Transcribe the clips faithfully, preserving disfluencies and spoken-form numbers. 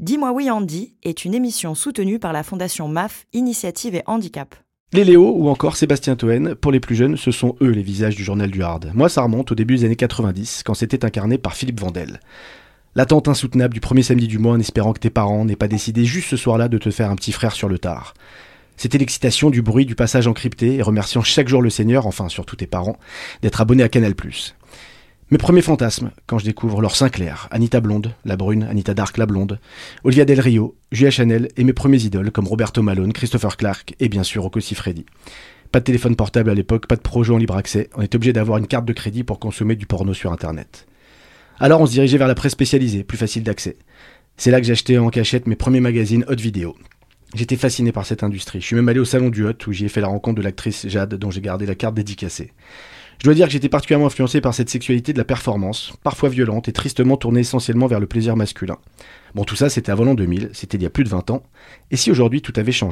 Dis-moi oui Andy est une émission soutenue par la Fondation M A F, Initiative et Handicap. Les Léo ou encore Sébastien Toen, pour les plus jeunes, ce sont eux les visages du journal du Hard. Moi, ça remonte au début des années quatre-vingt-dix, quand c'était incarné par Philippe Vandel. L'attente insoutenable du premier samedi du mois en espérant que tes parents n'aient pas décidé juste ce soir-là de te faire un petit frère sur le tard. C'était l'excitation du bruit du passage encrypté et remerciant chaque jour le Seigneur, enfin surtout tes parents, d'être abonnés à Canal plus. Mes premiers fantasmes, quand je découvre Laure Sinclair, Anita Blonde, la brune, Anita Dark, la blonde, Olivia Del Rio, Julia Chanel et mes premiers idoles comme Roberto Malone, Christopher Clark et bien sûr Rocco Siffredi. Pas de téléphone portable à l'époque, pas de projet en libre accès, on était obligé d'avoir une carte de crédit pour consommer du porno sur internet. Alors on se dirigeait vers la presse spécialisée, plus facile d'accès. C'est là que j'achetais en cachette mes premiers magazines Hot Vidéo. J'étais fasciné par cette industrie, je suis même allé au salon du Hot où j'y ai fait la rencontre de l'actrice Jade dont j'ai gardé la carte dédicacée. Je dois dire que j'étais particulièrement influencé par cette sexualité de la performance, parfois violente et tristement tournée essentiellement vers le plaisir masculin. Bon, tout ça, c'était avant l'an deux mille, c'était il y a plus de vingt ans. Et si aujourd'hui tout avait changé ?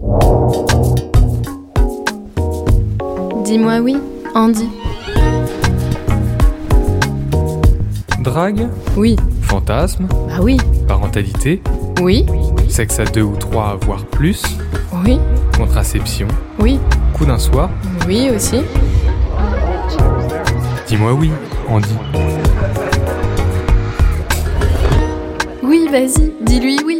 Dis-moi oui, Andy. Drague ? Oui. Fantasme ? Bah oui. Parentalité ? Oui. Sexe à deux ou trois, voire plus ? Oui. Contraception ? Oui. Coup d'un soir ? Oui aussi. Dis-moi oui, Andy. Oui, vas-y, dis-lui oui.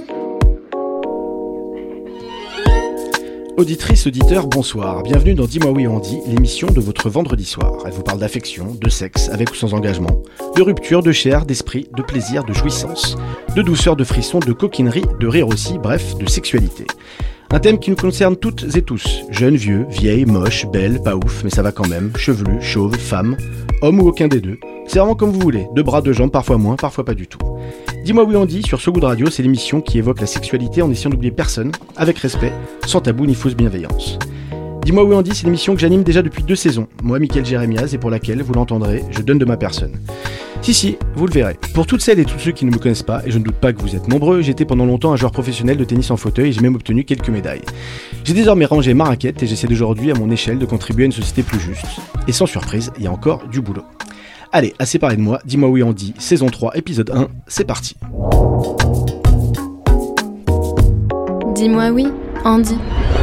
Auditrice, auditeur, bonsoir. Bienvenue dans Dis-moi oui Andy, l'émission de votre vendredi soir. Elle vous parle d'affection, de sexe, avec ou sans engagement, de rupture, de chair, d'esprit, de plaisir, de jouissance, de douceur, de frisson, de coquinerie, de rire aussi, bref, de sexualité. Un thème qui nous concerne toutes et tous, jeunes, vieux, vieilles, moches, belles, pas ouf, mais ça va quand même, chevelus, chauves, femmes, hommes ou aucun des deux. C'est vraiment comme vous voulez, deux bras, deux jambes, parfois moins, parfois pas du tout. Dis-moi oui Andy, sur So Good Radio, c'est l'émission qui évoque la sexualité en essayant d'oublier personne, avec respect, sans tabou ni fausse bienveillance. Dis-moi oui Andy, c'est l'émission que j'anime déjà depuis deux saisons, moi Mickaël Jérémiaz, et pour laquelle, vous l'entendrez, je donne de ma personne. Si si, vous le verrez. Pour toutes celles et tous ceux qui ne me connaissent pas, et je ne doute pas que vous êtes nombreux, j'étais pendant longtemps un joueur professionnel de tennis en fauteuil et j'ai même obtenu quelques médailles. J'ai désormais rangé ma raquette et j'essaie d'aujourd'hui à mon échelle de contribuer à une société plus juste. Et sans surprise, il y a encore du boulot. Allez, assez parlé de moi, Dis-moi oui Andy, saison trois, épisode un, c'est parti. Dis-moi oui, Andy.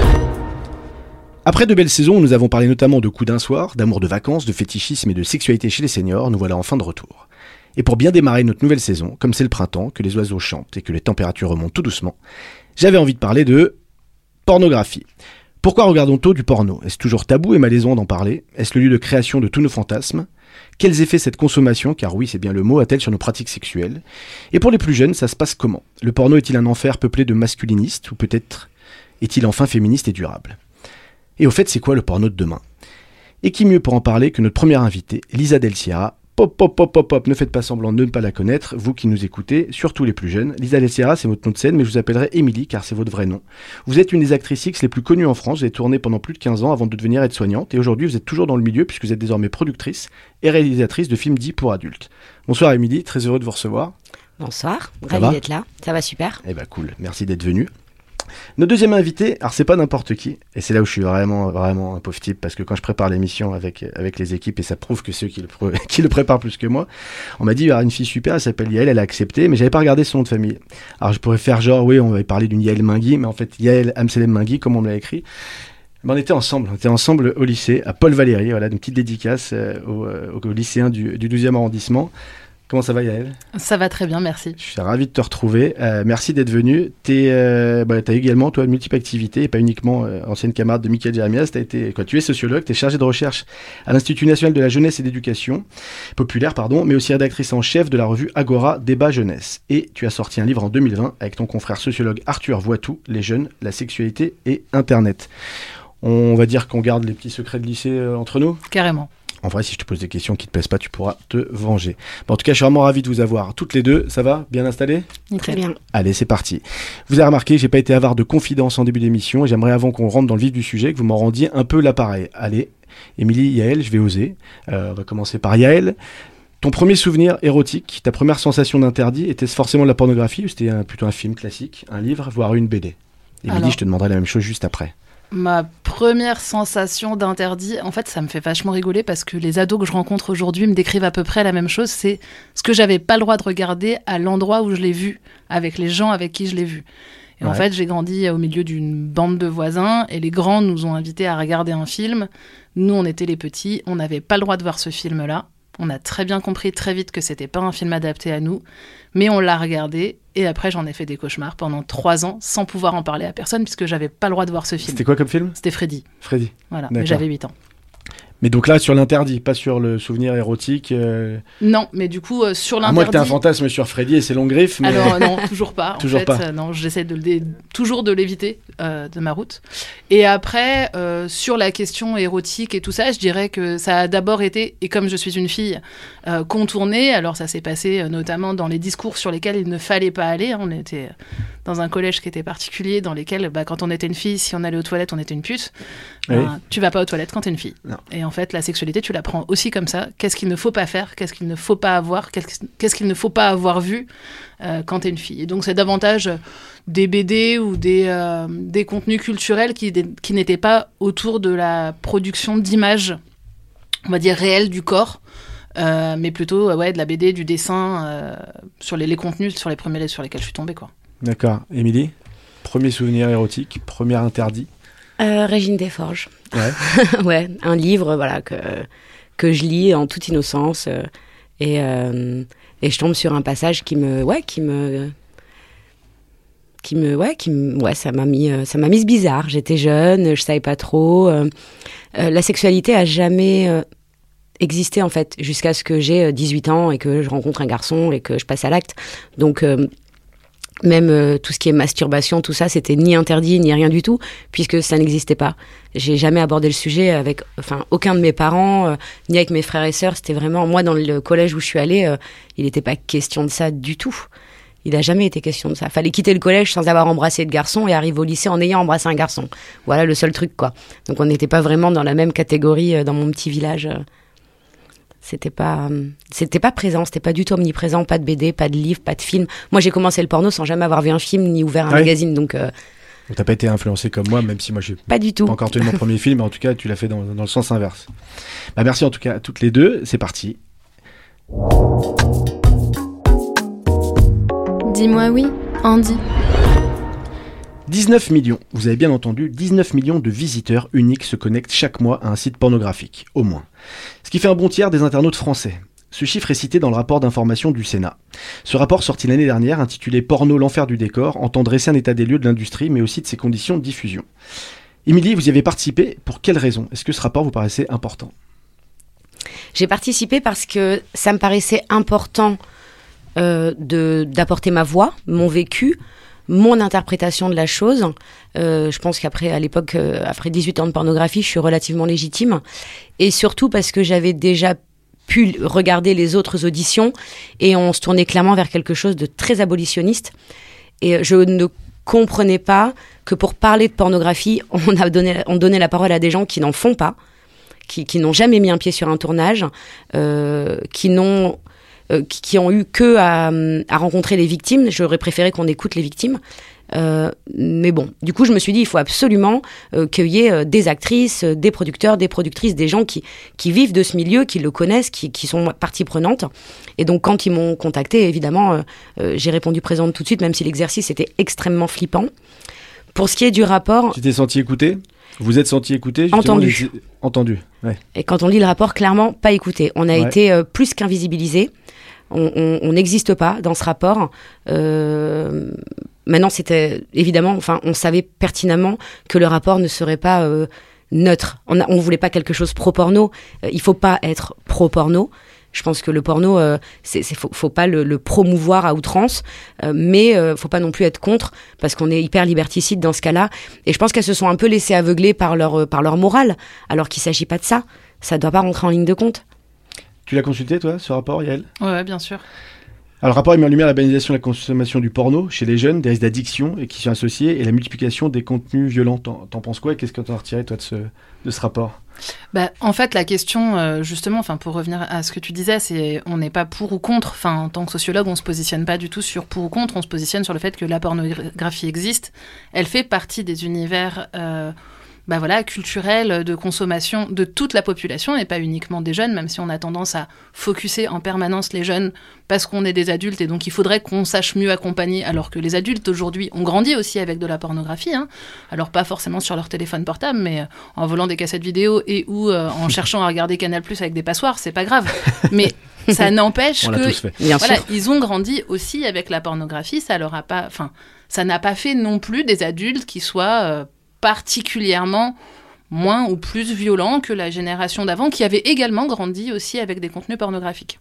Après de belles saisons où nous avons parlé notamment de coups d'un soir, d'amour de vacances, de fétichisme et de sexualité chez les seniors, nous voilà enfin de retour. Et pour bien démarrer notre nouvelle saison, comme c'est le printemps, que les oiseaux chantent et que les températures remontent tout doucement, j'avais envie de parler de pornographie. Pourquoi regardons-nous du porno ? Est-ce toujours tabou et malaisant d'en parler ? Est-ce le lieu de création de tous nos fantasmes ? Quels effets cette consommation, car oui c'est bien le mot, a-t-elle sur nos pratiques sexuelles ? Et pour les plus jeunes, ça se passe comment ? Le porno est-il un enfer peuplé de masculinistes ou peut-être est-il enfin féministe et durable ? Et au fait, c'est quoi le porno de demain ? Et qui mieux pour en parler que notre première invitée, Lisa Del Sierra. Pop, pop, pop, pop, pop, ne faites pas semblant de ne pas la connaître, vous qui nous écoutez, surtout les plus jeunes. Lisa Del Sierra, c'est votre nom de scène, mais je vous appellerai Émilie, car c'est votre vrai nom. Vous êtes une des actrices X les plus connues en France, vous avez tourné pendant plus de quinze ans avant de devenir aide-soignante, et aujourd'hui vous êtes toujours dans le milieu puisque vous êtes désormais productrice et réalisatrice de films dits pour adultes. Bonsoir Émilie, très heureux de vous recevoir. Bonsoir, Ça ravi va d'être là, ça va super. Eh ben cool, merci d'être venu. Notre deuxième invité, alors c'est pas n'importe qui, et c'est là où je suis vraiment, vraiment un pauvre type, parce que quand je prépare l'émission avec, avec les équipes, et ça prouve que c'est eux qui le, pré- qui le préparent plus que moi, on m'a dit, il y aura une fille super, elle s'appelle Yael, elle a accepté, mais j'avais pas regardé son nom de famille. Alors je pourrais faire genre, oui, on m'avait parlé d'une Yael Mingui, mais en fait, Yael Amselem Mingui, comme on me l'a écrit. Ben, on était ensemble, on était ensemble au lycée, à Paul Valéry, voilà, une petite dédicace euh, aux, euh, aux lycéens du, du douzième arrondissement. Comment ça va Yael ? Ça va très bien, merci. Je suis ravi de te retrouver. Euh, merci d'être venu. Tu euh, bah, as également, toi, de multiples activités, et pas uniquement euh, ancienne camarade de Mickaël Jérémiaz. T'as été, quoi, tu es sociologue, tu es chargé de recherche à l'Institut national de la jeunesse et d'éducation populaire, pardon, mais aussi rédactrice en chef de la revue Agora Débat Jeunesse. Et tu as sorti un livre en deux mille vingt avec ton confrère sociologue Arthur Voitou, Les jeunes, la sexualité et Internet. On va dire qu'on garde les petits secrets de lycée euh, entre nous ? Carrément. En vrai, si je te pose des questions qui te plaisent pas, tu pourras te venger. Bon, en tout cas, je suis vraiment ravi de vous avoir toutes les deux. Ça va ? Bien installé ? Très bien. Allez, c'est parti. Vous avez remarqué, j'ai pas été avare de confidences en début d'émission et j'aimerais, avant qu'on rentre dans le vif du sujet, que vous m'en rendiez un peu l'appareil. Allez, Émilie, Yael, je vais oser. Euh, on va commencer par Yael. Ton premier souvenir érotique, ta première sensation d'interdit, était-ce forcément de la pornographie ou c'était un, plutôt un film classique, un livre, voire une B D ? Émilie, Alors, je te demanderai la même chose juste après. Ma première sensation d'interdit, en fait, ça me fait vachement rigoler parce que les ados que je rencontre aujourd'hui me décrivent à peu près la même chose. C'est ce que j'avais pas le droit de regarder à l'endroit où je l'ai vu, avec les gens avec qui je l'ai vu. Et ouais. En fait, j'ai grandi au milieu d'une bande de voisins et les grands nous ont invités à regarder un film. Nous, on était les petits, on n'avait pas le droit de voir ce film-là. On a très bien compris très vite que c'était pas un film adapté à nous, mais on l'a regardé et après j'en ai fait des cauchemars pendant trois ans sans pouvoir en parler à personne puisque j'avais pas le droit de voir ce film. C'était quoi comme film ? C'était Freddy. Freddy. Voilà, D'accord. mais j'avais huit ans. Mais donc là, sur l'interdit, pas sur le souvenir érotique euh... Non, mais du coup, euh, sur l'interdit... À moins que tu aies un fantasme sur Freddy et ses longues griffes, mais... Alors non, toujours pas. toujours en fait, pas. Euh, non, j'essaie de le dé... toujours de l'éviter euh, de ma route. Et après, euh, sur la question érotique et tout ça, je dirais que ça a d'abord été, et comme je suis une fille, euh, contourné. Alors ça s'est passé euh, notamment dans les discours sur lesquels il ne fallait pas aller. Hein. On était dans un collège qui était particulier, dans lesquels, bah, quand on était une fille, si on allait aux toilettes, on était une pute. Oui. Ben, tu vas pas aux toilettes quand t'es une fille. Non. Et en fait, la sexualité, tu la prends aussi comme ça. Qu'est-ce qu'il ne faut pas faire ? Qu'est-ce qu'il ne faut pas avoir ? Qu'est-ce qu'il ne faut pas avoir vu euh, quand t'es une fille ? Et donc, c'est davantage des B D ou des, euh, des contenus culturels qui, qui n'étaient pas autour de la production d'images, on va dire, réelles du corps, euh, mais plutôt ouais, de la B D, du dessin, euh, sur les, les contenus sur les premiers sur lesquels je suis tombée, quoi. D'accord. Émilie, premier souvenir érotique, premier interdit. Euh, Régine Desforges. Ouais. Ouais, un livre voilà, que, que je lis en toute innocence. Euh, et, euh, et je tombe sur un passage qui me. Ouais, qui me. Qui me. Ouais, qui me, ouais ça m'a mis, ça m'a mise bizarre. J'étais jeune, je savais pas trop. Euh, euh, la sexualité a jamais. Euh, existé en fait, jusqu'à ce que j'ai dix-huit ans et que je rencontre un garçon et que je passe à l'acte. Donc. Euh, Même euh, tout ce qui est masturbation, tout ça, c'était ni interdit, ni rien du tout, puisque ça n'existait pas. J'ai jamais abordé le sujet avec enfin, aucun de mes parents, euh, ni avec mes frères et sœurs. C'était vraiment... Moi, dans le collège où je suis allée, euh, il n'était pas question de ça du tout. Il n'a jamais été question de ça. Fallait quitter le collège sans avoir embrassé de garçon et arriver au lycée en ayant embrassé un garçon. Voilà le seul truc, quoi. Donc on n'était pas vraiment dans la même catégorie euh, dans mon petit village. Euh. C'était pas, c'était pas présent, c'était pas du tout omniprésent, pas de B D, pas de livre, pas de film. Moi, j'ai commencé le porno sans jamais avoir vu un film ni ouvert un ah oui. magazine, donc. Euh, donc t'as pas été influencé comme moi, même si moi j'ai pas du tout. Pas encore tenu mon premier film, mais en tout cas, tu l'as fait dans, dans le sens inverse. Bah, merci en tout cas à toutes les deux. C'est parti. Dis-moi oui, Andy. dix-neuf millions, vous avez bien entendu, dix-neuf millions de visiteurs uniques se connectent chaque mois à un site pornographique, au moins. Ce qui fait un bon tiers des internautes français. Ce chiffre est cité dans le rapport d'information du Sénat. Ce rapport sorti l'année dernière, intitulé « Porno, l'enfer du décor », entend dresser un état des lieux de l'industrie, mais aussi de ses conditions de diffusion. Émilie, vous y avez participé, pour quelles raisons ? Est-ce que ce rapport vous paraissait important ? J'ai participé parce que ça me paraissait important euh, de, d'apporter ma voix, mon vécu, mon interprétation de la chose. Euh, je pense qu'après, à l'époque, euh, après dix-huit ans de pornographie, je suis relativement légitime. Et surtout parce que j'avais déjà pu regarder les autres auditions et on se tournait clairement vers quelque chose de très abolitionniste. Et je ne comprenais pas que pour parler de pornographie, on a donné, on donnait la parole à des gens qui n'en font pas, qui, qui n'ont jamais mis un pied sur un tournage, euh, qui n'ont... Euh, qui, qui ont eu que à, à rencontrer les victimes. J'aurais préféré qu'on écoute les victimes. Euh, mais bon, du coup, je me suis dit, il faut absolument euh, qu'il y ait euh, des actrices, euh, des producteurs, des productrices, des gens qui, qui vivent de ce milieu, qui le connaissent, qui, qui sont partie prenante. Et donc, quand ils m'ont contactée, évidemment, euh, euh, j'ai répondu présente tout de suite, même si l'exercice était extrêmement flippant. Pour ce qui est du rapport... Tu t'es senti écouté ? Vous êtes senti écouté ? Entendu. Les... Entendu, ouais. Et quand on lit le rapport, clairement, pas écouté. On a ouais. été euh, plus qu'invisibilisés. On n'existe pas dans ce rapport. Euh, maintenant, c'était évidemment, enfin, on savait pertinemment que le rapport ne serait pas euh, neutre. On ne voulait pas quelque chose pro-porno. Euh, il ne faut pas être pro-porno. Je pense que le porno, euh, c'est, c'est, faut, faut pas le, le promouvoir à outrance, euh, mais euh, faut pas non plus être contre, parce qu'on est hyper liberticide dans ce cas-là. Et je pense qu'elles se sont un peu laissées aveugler par leur, par leur morale, alors qu'il s'agit pas de ça. Ça doit pas rentrer en ligne de compte. Tu l'as consulté, toi, ce rapport, Yael ? Ouais, ouais, bien sûr. Alors, le rapport il met en lumière la banalisation de la consommation du porno chez les jeunes, des risques d'addiction et qui sont associés, et la multiplication des contenus violents. T'en, t'en penses quoi ? Qu'est-ce que t'en as retiré, toi, de ce, de ce rapport ? Bah, en fait, la question, euh, justement, enfin, pour revenir à ce que tu disais, c'est on n'est pas pour ou contre. Enfin, en tant que sociologue, on se positionne pas du tout sur pour ou contre. On se positionne sur le fait que la pornographie existe. Elle fait partie des univers... Euh, bah voilà, culturel, de consommation de toute la population et pas uniquement des jeunes, même si on a tendance à focuser en permanence les jeunes parce qu'on est des adultes et donc il faudrait qu'on sache mieux accompagner, alors que les adultes aujourd'hui ont grandi aussi avec de la pornographie, hein. Alors pas forcément sur leur téléphone portable, mais en volant des cassettes vidéo et ou euh, en cherchant à regarder Canal plus avec des passoires, c'est pas grave. Mais ça n'empêche que voilà, ils ont grandi aussi avec la pornographie, ça leur a pas, enfin, ça n'a pas fait non plus des adultes qui soient euh, particulièrement moins ou plus violents que la génération d'avant, qui avait également grandi aussi avec des contenus pornographiques.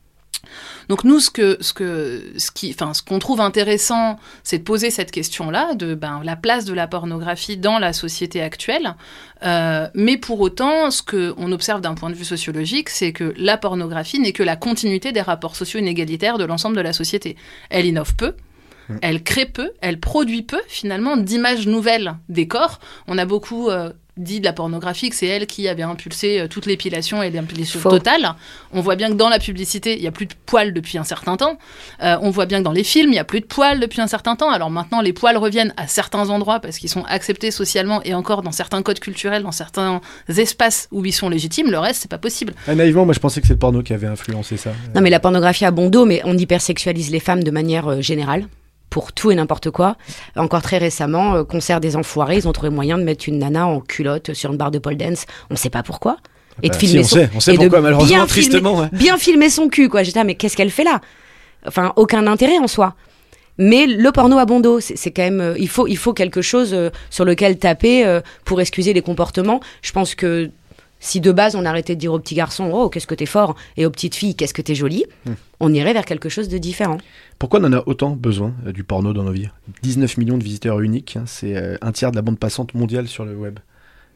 Donc nous, ce que, ce que, ce qui, enfin, ce qu'on trouve intéressant, c'est de poser cette question-là de ben, la place de la pornographie dans la société actuelle. Euh, mais pour autant, ce qu'on observe d'un point de vue sociologique, c'est que la pornographie n'est que la continuité des rapports sociaux inégalitaires de l'ensemble de la société. Elle innove peu. Elle crée peu, elle produit peu, finalement, d'images nouvelles des corps. On a beaucoup euh, dit de la pornographie que c'est elle qui avait impulsé euh, toute l'épilation et l'épilation totale. On voit bien que dans la publicité, il n'y a plus de poils depuis un certain temps. Euh, on voit bien que dans les films, il n'y a plus de poils depuis un certain temps. Alors maintenant, les poils reviennent à certains endroits parce qu'ils sont acceptés socialement et encore dans certains codes culturels, dans certains espaces où ils sont légitimes. Le reste, c'est pas possible. Ah, naïvement, moi, je pensais que c'est le porno qui avait influencé ça. Non, mais la pornographie a bon dos, mais on hypersexualise les femmes de manière euh, générale. Pour tout et n'importe quoi. Encore très récemment, euh, concert des enfoirés, ils ont trouvé moyen de mettre une nana en culotte sur une barre de pole dance. On ne sait pas pourquoi. Et bah, de filmer si, on son... sait, on sait pourquoi, malheureusement, bien tristement. Filmer, ouais. Bien filmer son cul, quoi. J'étais, ah, mais qu'est-ce qu'elle fait là ? Enfin, aucun intérêt en soi. Mais le porno à bon dos, c'est, c'est quand même... Euh, il faut, il faut quelque chose euh, sur lequel taper euh, pour excuser les comportements. Je pense que si de base, on arrêtait de dire aux petits garçons « Oh, qu'est-ce que t'es fort ?» et aux petites filles « Qu'est-ce que t'es jolie hmm. ?» on irait vers quelque chose de différent. Pourquoi on en a autant besoin euh, du porno dans nos vies ? dix-neuf millions de visiteurs uniques, hein, c'est euh, un tiers de la bande passante mondiale sur le web. Yael ?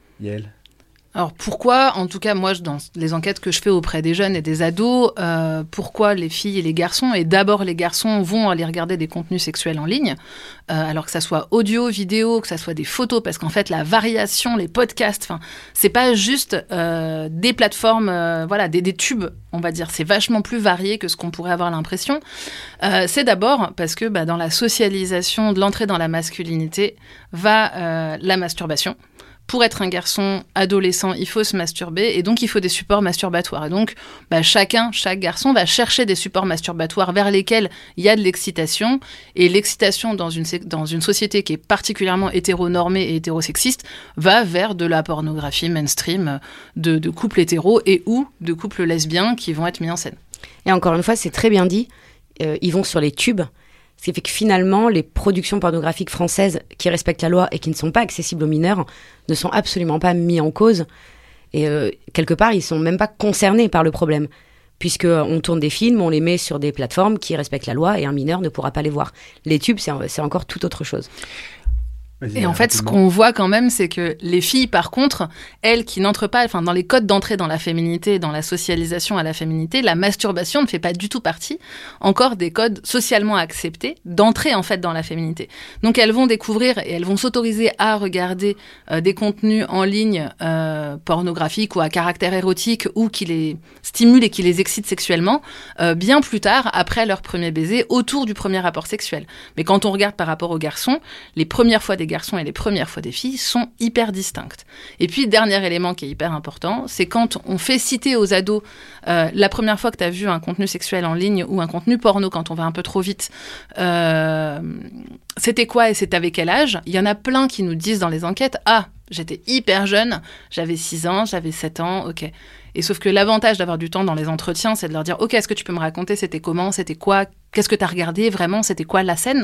Alors pourquoi, en tout cas moi dans les enquêtes que je fais auprès des jeunes et des ados, euh, pourquoi les filles et les garçons, et d'abord les garçons vont aller regarder des contenus sexuels en ligne, euh, alors que ça soit audio, vidéo, que ça soit des photos, parce qu'en fait la variation, les podcasts, enfin c'est pas juste euh, des plateformes, euh, voilà, des, des tubes, on va dire, c'est vachement plus varié que ce qu'on pourrait avoir l'impression. Euh, c'est d'abord parce que bah, dans la socialisation de l'entrée dans la masculinité va euh, la masturbation. Pour être un garçon adolescent, il faut se masturber et donc il faut des supports masturbatoires. Et donc, bah, chacun, chaque garçon va chercher des supports masturbatoires vers lesquels il y a de l'excitation. Et l'excitation dans une, dans une société qui est particulièrement hétéronormée et hétérosexiste va vers de la pornographie mainstream de, de couples hétéros et ou de couples lesbiens qui vont être mis en scène. Et encore une fois, c'est très bien dit, euh, ils vont sur les tubes. Ce qui fait que finalement, les productions pornographiques françaises qui respectent la loi et qui ne sont pas accessibles aux mineurs ne sont absolument pas mis en cause. Et euh, quelque part, ils ne sont même pas concernés par le problème. Puisqu'on tourne des films, on les met sur des plateformes qui respectent la loi et un mineur ne pourra pas les voir. Les tubes, c'est, c'est encore tout autre chose. Vas-y, et en fait, rapidement. Ce qu'on voit quand même, c'est que les filles, par contre, elles qui n'entrent pas, enfin, dans les codes d'entrée dans la féminité, dans la socialisation à la féminité, la masturbation ne fait pas du tout partie encore des codes socialement acceptés d'entrée, en fait, dans la féminité. Donc, elles vont découvrir et elles vont s'autoriser à regarder euh, des contenus en ligne euh, pornographiques ou à caractère érotique ou qui les stimulent et qui les excitent sexuellement euh, bien plus tard, après leur premier baiser, autour du premier rapport sexuel. Mais quand on regarde par rapport aux garçons, les premières fois des garçons et les premières fois des filles sont hyper distinctes. Et puis, dernier élément qui est hyper important, c'est quand on fait citer aux ados euh, la première fois que tu as vu un contenu sexuel en ligne ou un contenu porno, quand on va un peu trop vite, euh, c'était quoi et c'était avec quel âge ? Il y en a plein qui nous disent dans les enquêtes « Ah, j'étais hyper jeune, j'avais six ans, j'avais sept ans, ok ». Et sauf que l'avantage d'avoir du temps dans les entretiens, c'est de leur dire « Ok, est-ce que tu peux me raconter c'était comment, c'était quoi ? Qu'est-ce que tu as regardé vraiment ? C'était quoi la scène ?»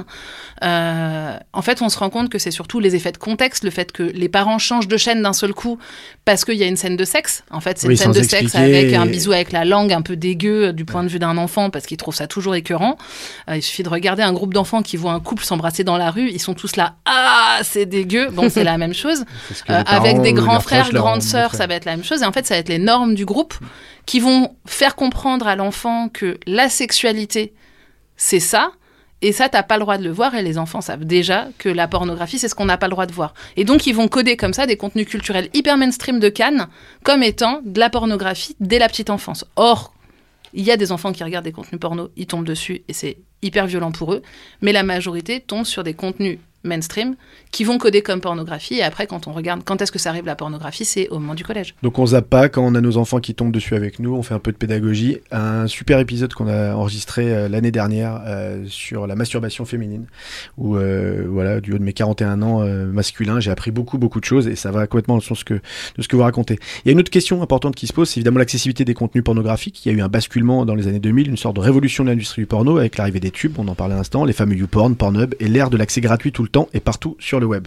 euh, En fait, on se rend compte que c'est surtout les effets de contexte, le fait que les parents changent de chaîne d'un seul coup parce qu'il y a une scène de sexe. En fait, c'est oui, une scène de sexe avec un bisou avec la langue un peu dégueu du point de vue d'un enfant parce qu'il trouve ça toujours écœurant. Euh, il suffit de regarder un groupe d'enfants qui voient un couple s'embrasser dans la rue. Ils sont tous là « Ah, c'est dégueu !» Bon, c'est la même chose. Euh, avec des grands frères, grandes sœurs, ça va être la même chose. Et en fait, ça va être les normes du groupe qui vont faire comprendre à l'enfant que la sexualité, c'est ça, et ça, t'as pas le droit de le voir, et les enfants savent déjà que la pornographie, c'est ce qu'on n'a pas le droit de voir. Et donc, ils vont coder comme ça des contenus culturels hyper mainstream de Cannes comme étant de la pornographie dès la petite enfance. Or, il y a des enfants qui regardent des contenus porno, ils tombent dessus, et c'est hyper violent pour eux, mais la majorité tombe sur des contenus mainstream qui vont coder comme pornographie. Et après, quand on regarde quand est-ce que ça arrive la pornographie, c'est au moment du collège. Donc on zappe pas quand on a nos enfants qui tombent dessus avec nous, on fait un peu de pédagogie. Un super épisode qu'on a enregistré euh, l'année dernière euh, sur la masturbation féminine, où euh, voilà, du haut de mes quarante et un ans euh, masculins, j'ai appris beaucoup beaucoup de choses et ça va complètement dans le sens que, de ce que vous racontez. Il y a une autre question importante qui se pose, c'est évidemment l'accessibilité des contenus pornographiques. Il y a eu un basculement dans les années deux mille, une sorte de révolution de l'industrie du porno avec l'arrivée des tubes, on en parlait un instant, les fameux YouPorn, Pornhub et l'ère de l'accès gratuit tout le temps et partout sur le web.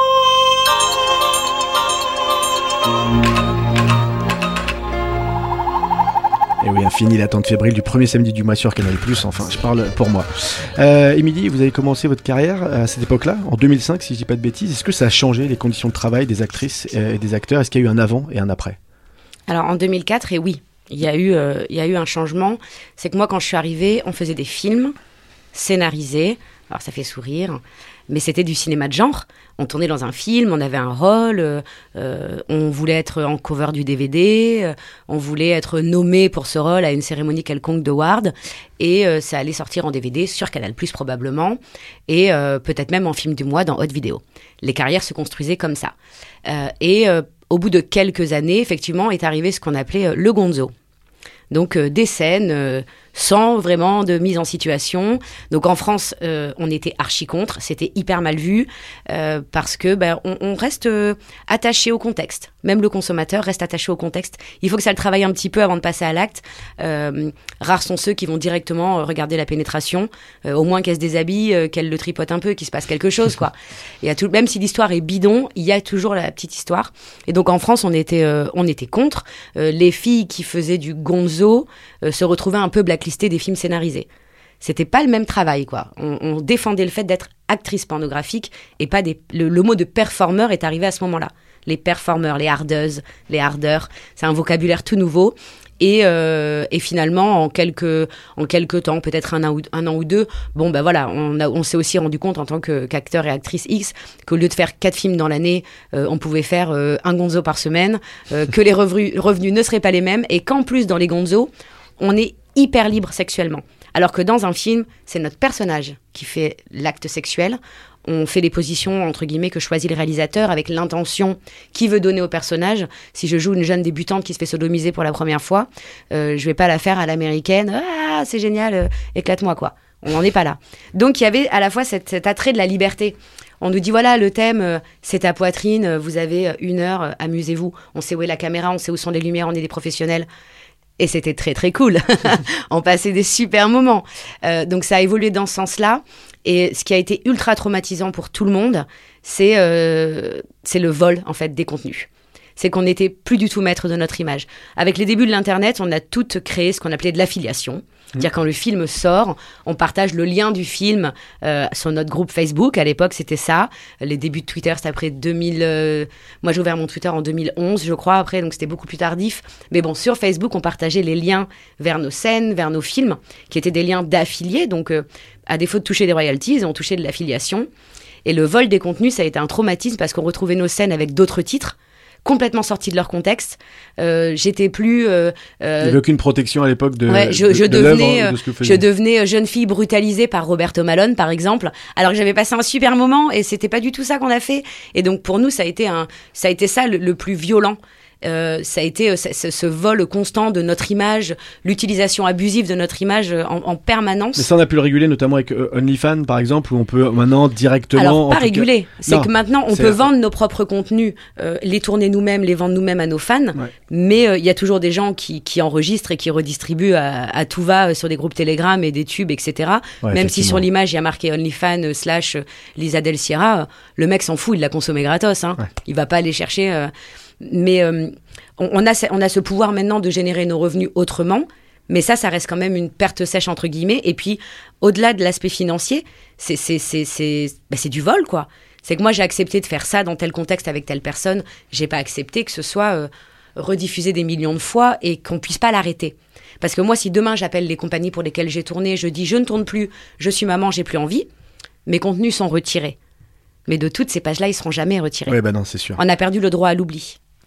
Et oui, infini l'attente fébrile du premier samedi du mois sur Canal plus, enfin, je parle pour moi. Euh, Émilie, vous avez commencé votre carrière à cette époque-là, en deux mille cinq, si je dis pas de bêtises. Est-ce que ça a changé les conditions de travail des actrices et des acteurs ? Est-ce qu'il y a eu un avant et un après ? Alors, en deux mille quatre, et oui, il y a eu, euh, il y a eu un changement. C'est que moi, quand je suis arrivée, on faisait des films scénarisés. Alors, ça fait sourire, mais c'était du cinéma de genre. On tournait dans un film, on avait un rôle, euh, euh, on voulait être en cover du D V D, euh, on voulait être nommé pour ce rôle à une cérémonie quelconque d'award, et euh, ça allait sortir en D V D sur Canal plus, probablement, et euh, peut-être même en film du mois dans Hot Vidéo. Les carrières se construisaient comme ça. Euh, et euh, au bout de quelques années, effectivement, est arrivé ce qu'on appelait euh, le gonzo. Donc euh, des scènes euh, sans vraiment de mise en situation. Donc en France, euh, on était archi contre, c'était hyper mal vu euh, parce que ben, on, on reste euh, attaché au contexte. Même le consommateur reste attaché au contexte. Il faut que ça le travaille un petit peu avant de passer à l'acte. Euh, rares sont ceux qui vont directement regarder la pénétration, euh, au moins qu'elle se déshabille, euh, qu'elle le tripote un peu, qu'il se passe quelque chose, quoi. Et à tout, même si l'histoire est bidon, il y a toujours la petite histoire. Et donc en France, on était, euh, on était contre. Euh, les filles qui faisaient du gonzo euh, se retrouvaient un peu blacklistées des films scénarisés. C'était pas le même travail, quoi. On, on défendait le fait d'être actrice pornographique et pas des... Le, le mot de performeur est arrivé à ce moment-là. Les performeurs, les hardeuses, les hardeurs, c'est un vocabulaire tout nouveau. Et, euh, et finalement, en quelques, en quelques temps, peut-être un an, ou, un an ou deux, bon, ben voilà, on, a, on s'est aussi rendu compte en tant que, qu'acteur et actrice X qu'au lieu de faire quatre films dans l'année, euh, on pouvait faire euh, un gonzo par semaine, euh, que les revenus, revenus ne seraient pas les mêmes et qu'en plus, dans les gonzos, on est hyper libre sexuellement. Alors que dans un film, c'est notre personnage qui fait l'acte sexuel. On fait les positions, entre guillemets, que choisit le réalisateur avec l'intention qu'il veut donner au personnage. Si je joue une jeune débutante qui se fait sodomiser pour la première fois, euh, je vais pas la faire à l'américaine. Ah, c'est génial, euh, éclate-moi, quoi. On n'en est pas là. Donc, il y avait à la fois cet, cet attrait de la liberté. On nous dit, voilà, le thème, euh, c'est ta poitrine, euh, vous avez euh, une heure, euh, amusez-vous. On sait où est la caméra, on sait où sont les lumières, on est des professionnels. Et c'était très, très cool. On passait des super moments. Euh, donc, ça a évolué dans ce sens-là. Et ce qui a été ultra traumatisant pour tout le monde, c'est, euh, c'est le vol, en fait, des contenus. C'est qu'on n'était plus du tout maître de notre image. Avec les débuts de l'Internet, on a toutes créé ce qu'on appelait de l'affiliation. C'est-à-dire quand le film sort, on partage le lien du film euh, sur notre groupe Facebook. À l'époque, c'était ça. Les débuts de Twitter, c'était après deux mille... Euh... Moi, j'ai ouvert mon Twitter en deux mille onze, je crois, après, donc c'était beaucoup plus tardif. Mais bon, sur Facebook, on partageait les liens vers nos scènes, vers nos films, qui étaient des liens d'affiliés. Donc, euh, à défaut de toucher des royalties, on touchait de l'affiliation. Et le vol des contenus, ça a été un traumatisme parce qu'on retrouvait nos scènes avec d'autres titres, complètement sortis de leur contexte. Euh, j'étais plus... Euh, euh, Il n'y avait aucune protection à l'époque de, ouais, je, de, je de devenais, l'œuvre, de ce que vous je faisiez. devenais jeune fille brutalisée par Roberto Malone, par exemple, alors que j'avais passé un super moment et c'était pas du tout ça qu'on a fait. Et donc pour nous, ça a été, un, ça a été ça le, le plus violent. Euh, ça a été euh, ce, ce vol constant de notre image, l'utilisation abusive de notre image en, en permanence. Mais ça, on a pu le réguler, notamment avec euh, OnlyFans, par exemple, où on peut maintenant directement... Alors, pas en tout réguler. Cas... C'est non, que maintenant, on c'est... peut vendre nos propres contenus, euh, les tourner nous-mêmes, les vendre nous-mêmes à nos fans. Ouais. Mais il euh, y a toujours des gens qui, qui enregistrent et qui redistribuent à, à tout va euh, sur des groupes Telegram et des tubes, et cetera. Ouais, Même si sur l'image, il y a marqué OnlyFans euh, slash euh, Lisa Del Sierra, euh, le mec s'en fout, il l'a consommé gratos. Hein. Ouais. Il va pas aller chercher... Euh, mais... Euh, On, on, a, on a ce pouvoir maintenant de générer nos revenus autrement, mais ça, ça reste quand même une perte sèche, entre guillemets. Et puis, au-delà de l'aspect financier, c'est, c'est, c'est, c'est, bah, c'est du vol, quoi. C'est que moi, j'ai accepté de faire ça dans tel contexte avec telle personne. J'ai pas accepté que ce soit euh, rediffusé des millions de fois et qu'on puisse pas l'arrêter. Parce que moi, si demain, j'appelle les compagnies pour lesquelles j'ai tourné, je dis « je ne tourne plus, je suis maman, j'ai plus envie », mes contenus sont retirés. Mais de toutes ces pages-là, ils seront jamais retirés. Oui, bah non, c'est sûr. On a perdu le droit à l'oubli.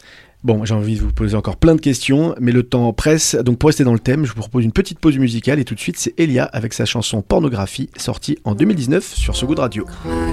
Bon, j'ai envie de vous poser encore plein de questions, mais le temps presse. Donc pour rester dans le thème, je vous propose une petite pause musicale et tout de suite c'est Elia avec sa chanson Pornographie, sortie en deux mille dix-neuf sur So Good Radio.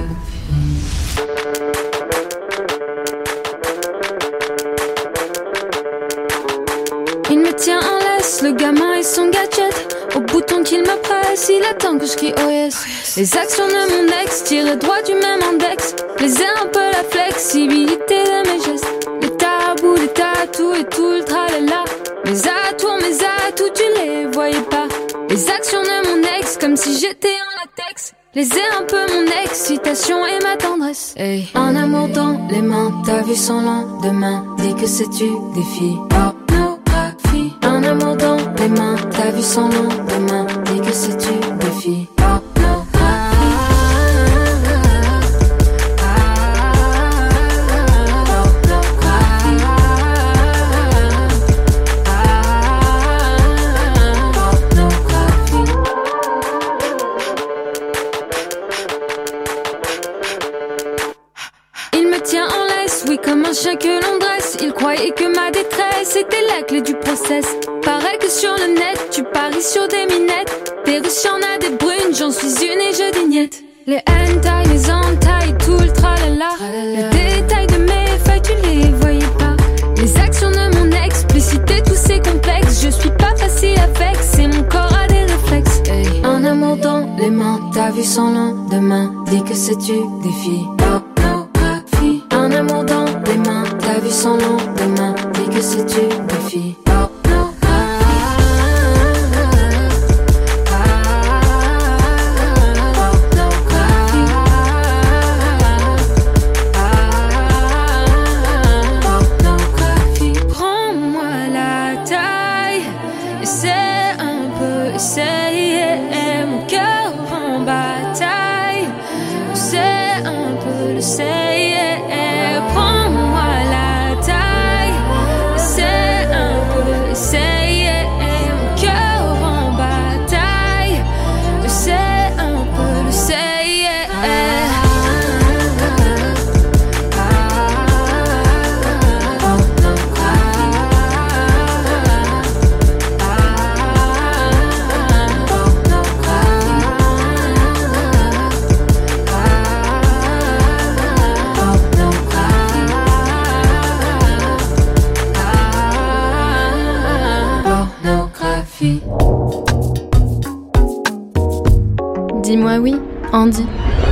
Il me tient en laisse, le gamin et son gadget. Au bouton qu'il me presse, il attend que je crie oh yes. Les actions de mon ex, tirées droit du même index. Les un peu la flexibilité de mes gestes. Les tabous, les tatous et tout le tralala. Mes atours, mes atouts, tu les voyais pas. Les actions de mon ex, comme si j'étais en latex. Les ai un peu mon excitation et ma tendresse. Hey. Un amour dans les mains, ta vue sans lendemain. Dis que sais-tu des filles. Pornographie. Un amour dans les mains, ta vue sans lendemain. Dis que sais-tu des filles. Comme un chien que l'on dresse, il croyait que ma détresse était la clé du process. Paraît que sur le net, tu paries sur des minettes. Des russes, y'en a des brunes, j'en suis une et je dignette. Les hentai, les entailles, tout le tralala. Les détails de mes failles, tu les voyais pas. Les actions de mon explicité, tous ces complexes. Je suis pas facile avec, c'est mon corps a des réflexes. Hey. Un amour dans les mains, ta vue sans lendemain. Dis que sais-tu des filles. Pornographie. Un amour dans les mains, ta vue sans lendemain. Dis que sais-tu des filles. Dis-moi oui, Andy.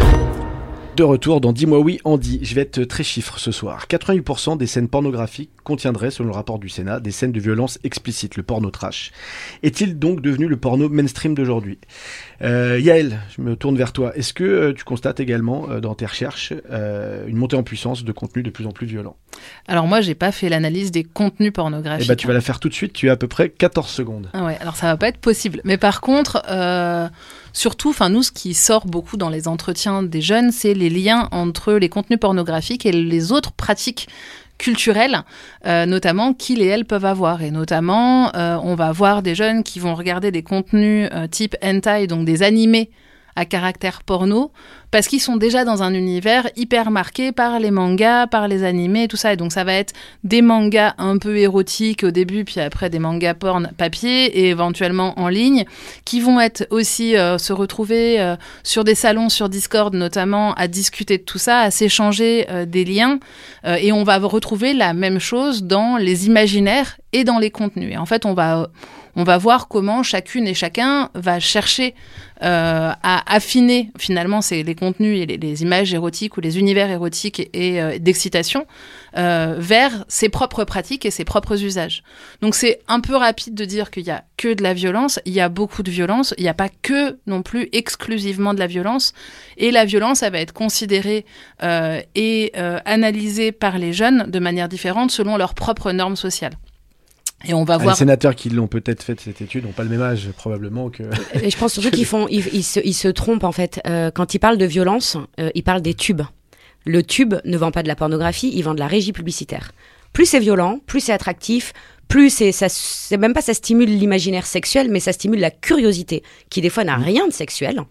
De retour dans Dis-moi oui, Andy. Je vais être très chiffre ce soir. quatre-vingt-huit pour cent des scènes pornographiques contiendraient, selon le rapport du Sénat, des scènes de violence explicites, le porno trash. Est-il donc devenu le porno mainstream d'aujourd'hui ? euh, Yael, je me tourne vers toi. Est-ce que euh, tu constates également euh, dans tes recherches euh, une montée en puissance de contenus de plus en plus violents ? Alors moi, j'ai pas fait l'analyse des contenus pornographiques. Eh ben, tu vas la faire tout de suite, tu as à peu près quatorze secondes. Ah ouais, alors ça va pas être possible. Mais par contre, euh, surtout, enfin nous, ce qui sort beaucoup dans les entretiens des jeunes, c'est les liens entre les contenus pornographiques et les autres pratiques culturelles, euh, notamment qu'ils et elles peuvent avoir. Et notamment, euh, on va voir des jeunes qui vont regarder des contenus euh, type hentai, donc des animés à caractère porno, parce qu'ils sont déjà dans un univers hyper marqué par les mangas, par les animés, tout ça. Et donc ça va être des mangas un peu érotiques au début, puis après des mangas porn papier et éventuellement en ligne, qui vont être aussi euh, se retrouver euh, sur des salons, sur Discord notamment, à discuter de tout ça, à s'échanger euh, des liens. Euh, et on va retrouver la même chose dans les imaginaires et dans les contenus. Et en fait, on va... On va voir comment chacune et chacun va chercher euh, à affiner, finalement, c'est les contenus et les, les images érotiques ou les univers érotiques et, et euh, d'excitation euh, vers ses propres pratiques et ses propres usages. Donc, c'est un peu rapide de dire qu'il y a que de la violence. Il y a beaucoup de violence. Il n'y a pas que, non plus, exclusivement de la violence. Et la violence, elle va être considérée euh, et euh, analysée par les jeunes de manière différente selon leurs propres normes sociales. Et on va ah, voir. Les sénateurs qui l'ont peut-être fait cette étude n'ont pas le même âge probablement que. Et je pense surtout qu'ils font, ils, ils, se, ils se trompent en fait. Euh, quand ils parlent de violence, euh, ils parlent des tubes. Le tube ne vend pas de la pornographie, il vend de la régie publicitaire. Plus c'est violent, plus c'est attractif, plus c'est, ça, c'est même pas ça stimule l'imaginaire sexuel, mais ça stimule la curiosité, qui des fois n'a rien de sexuel.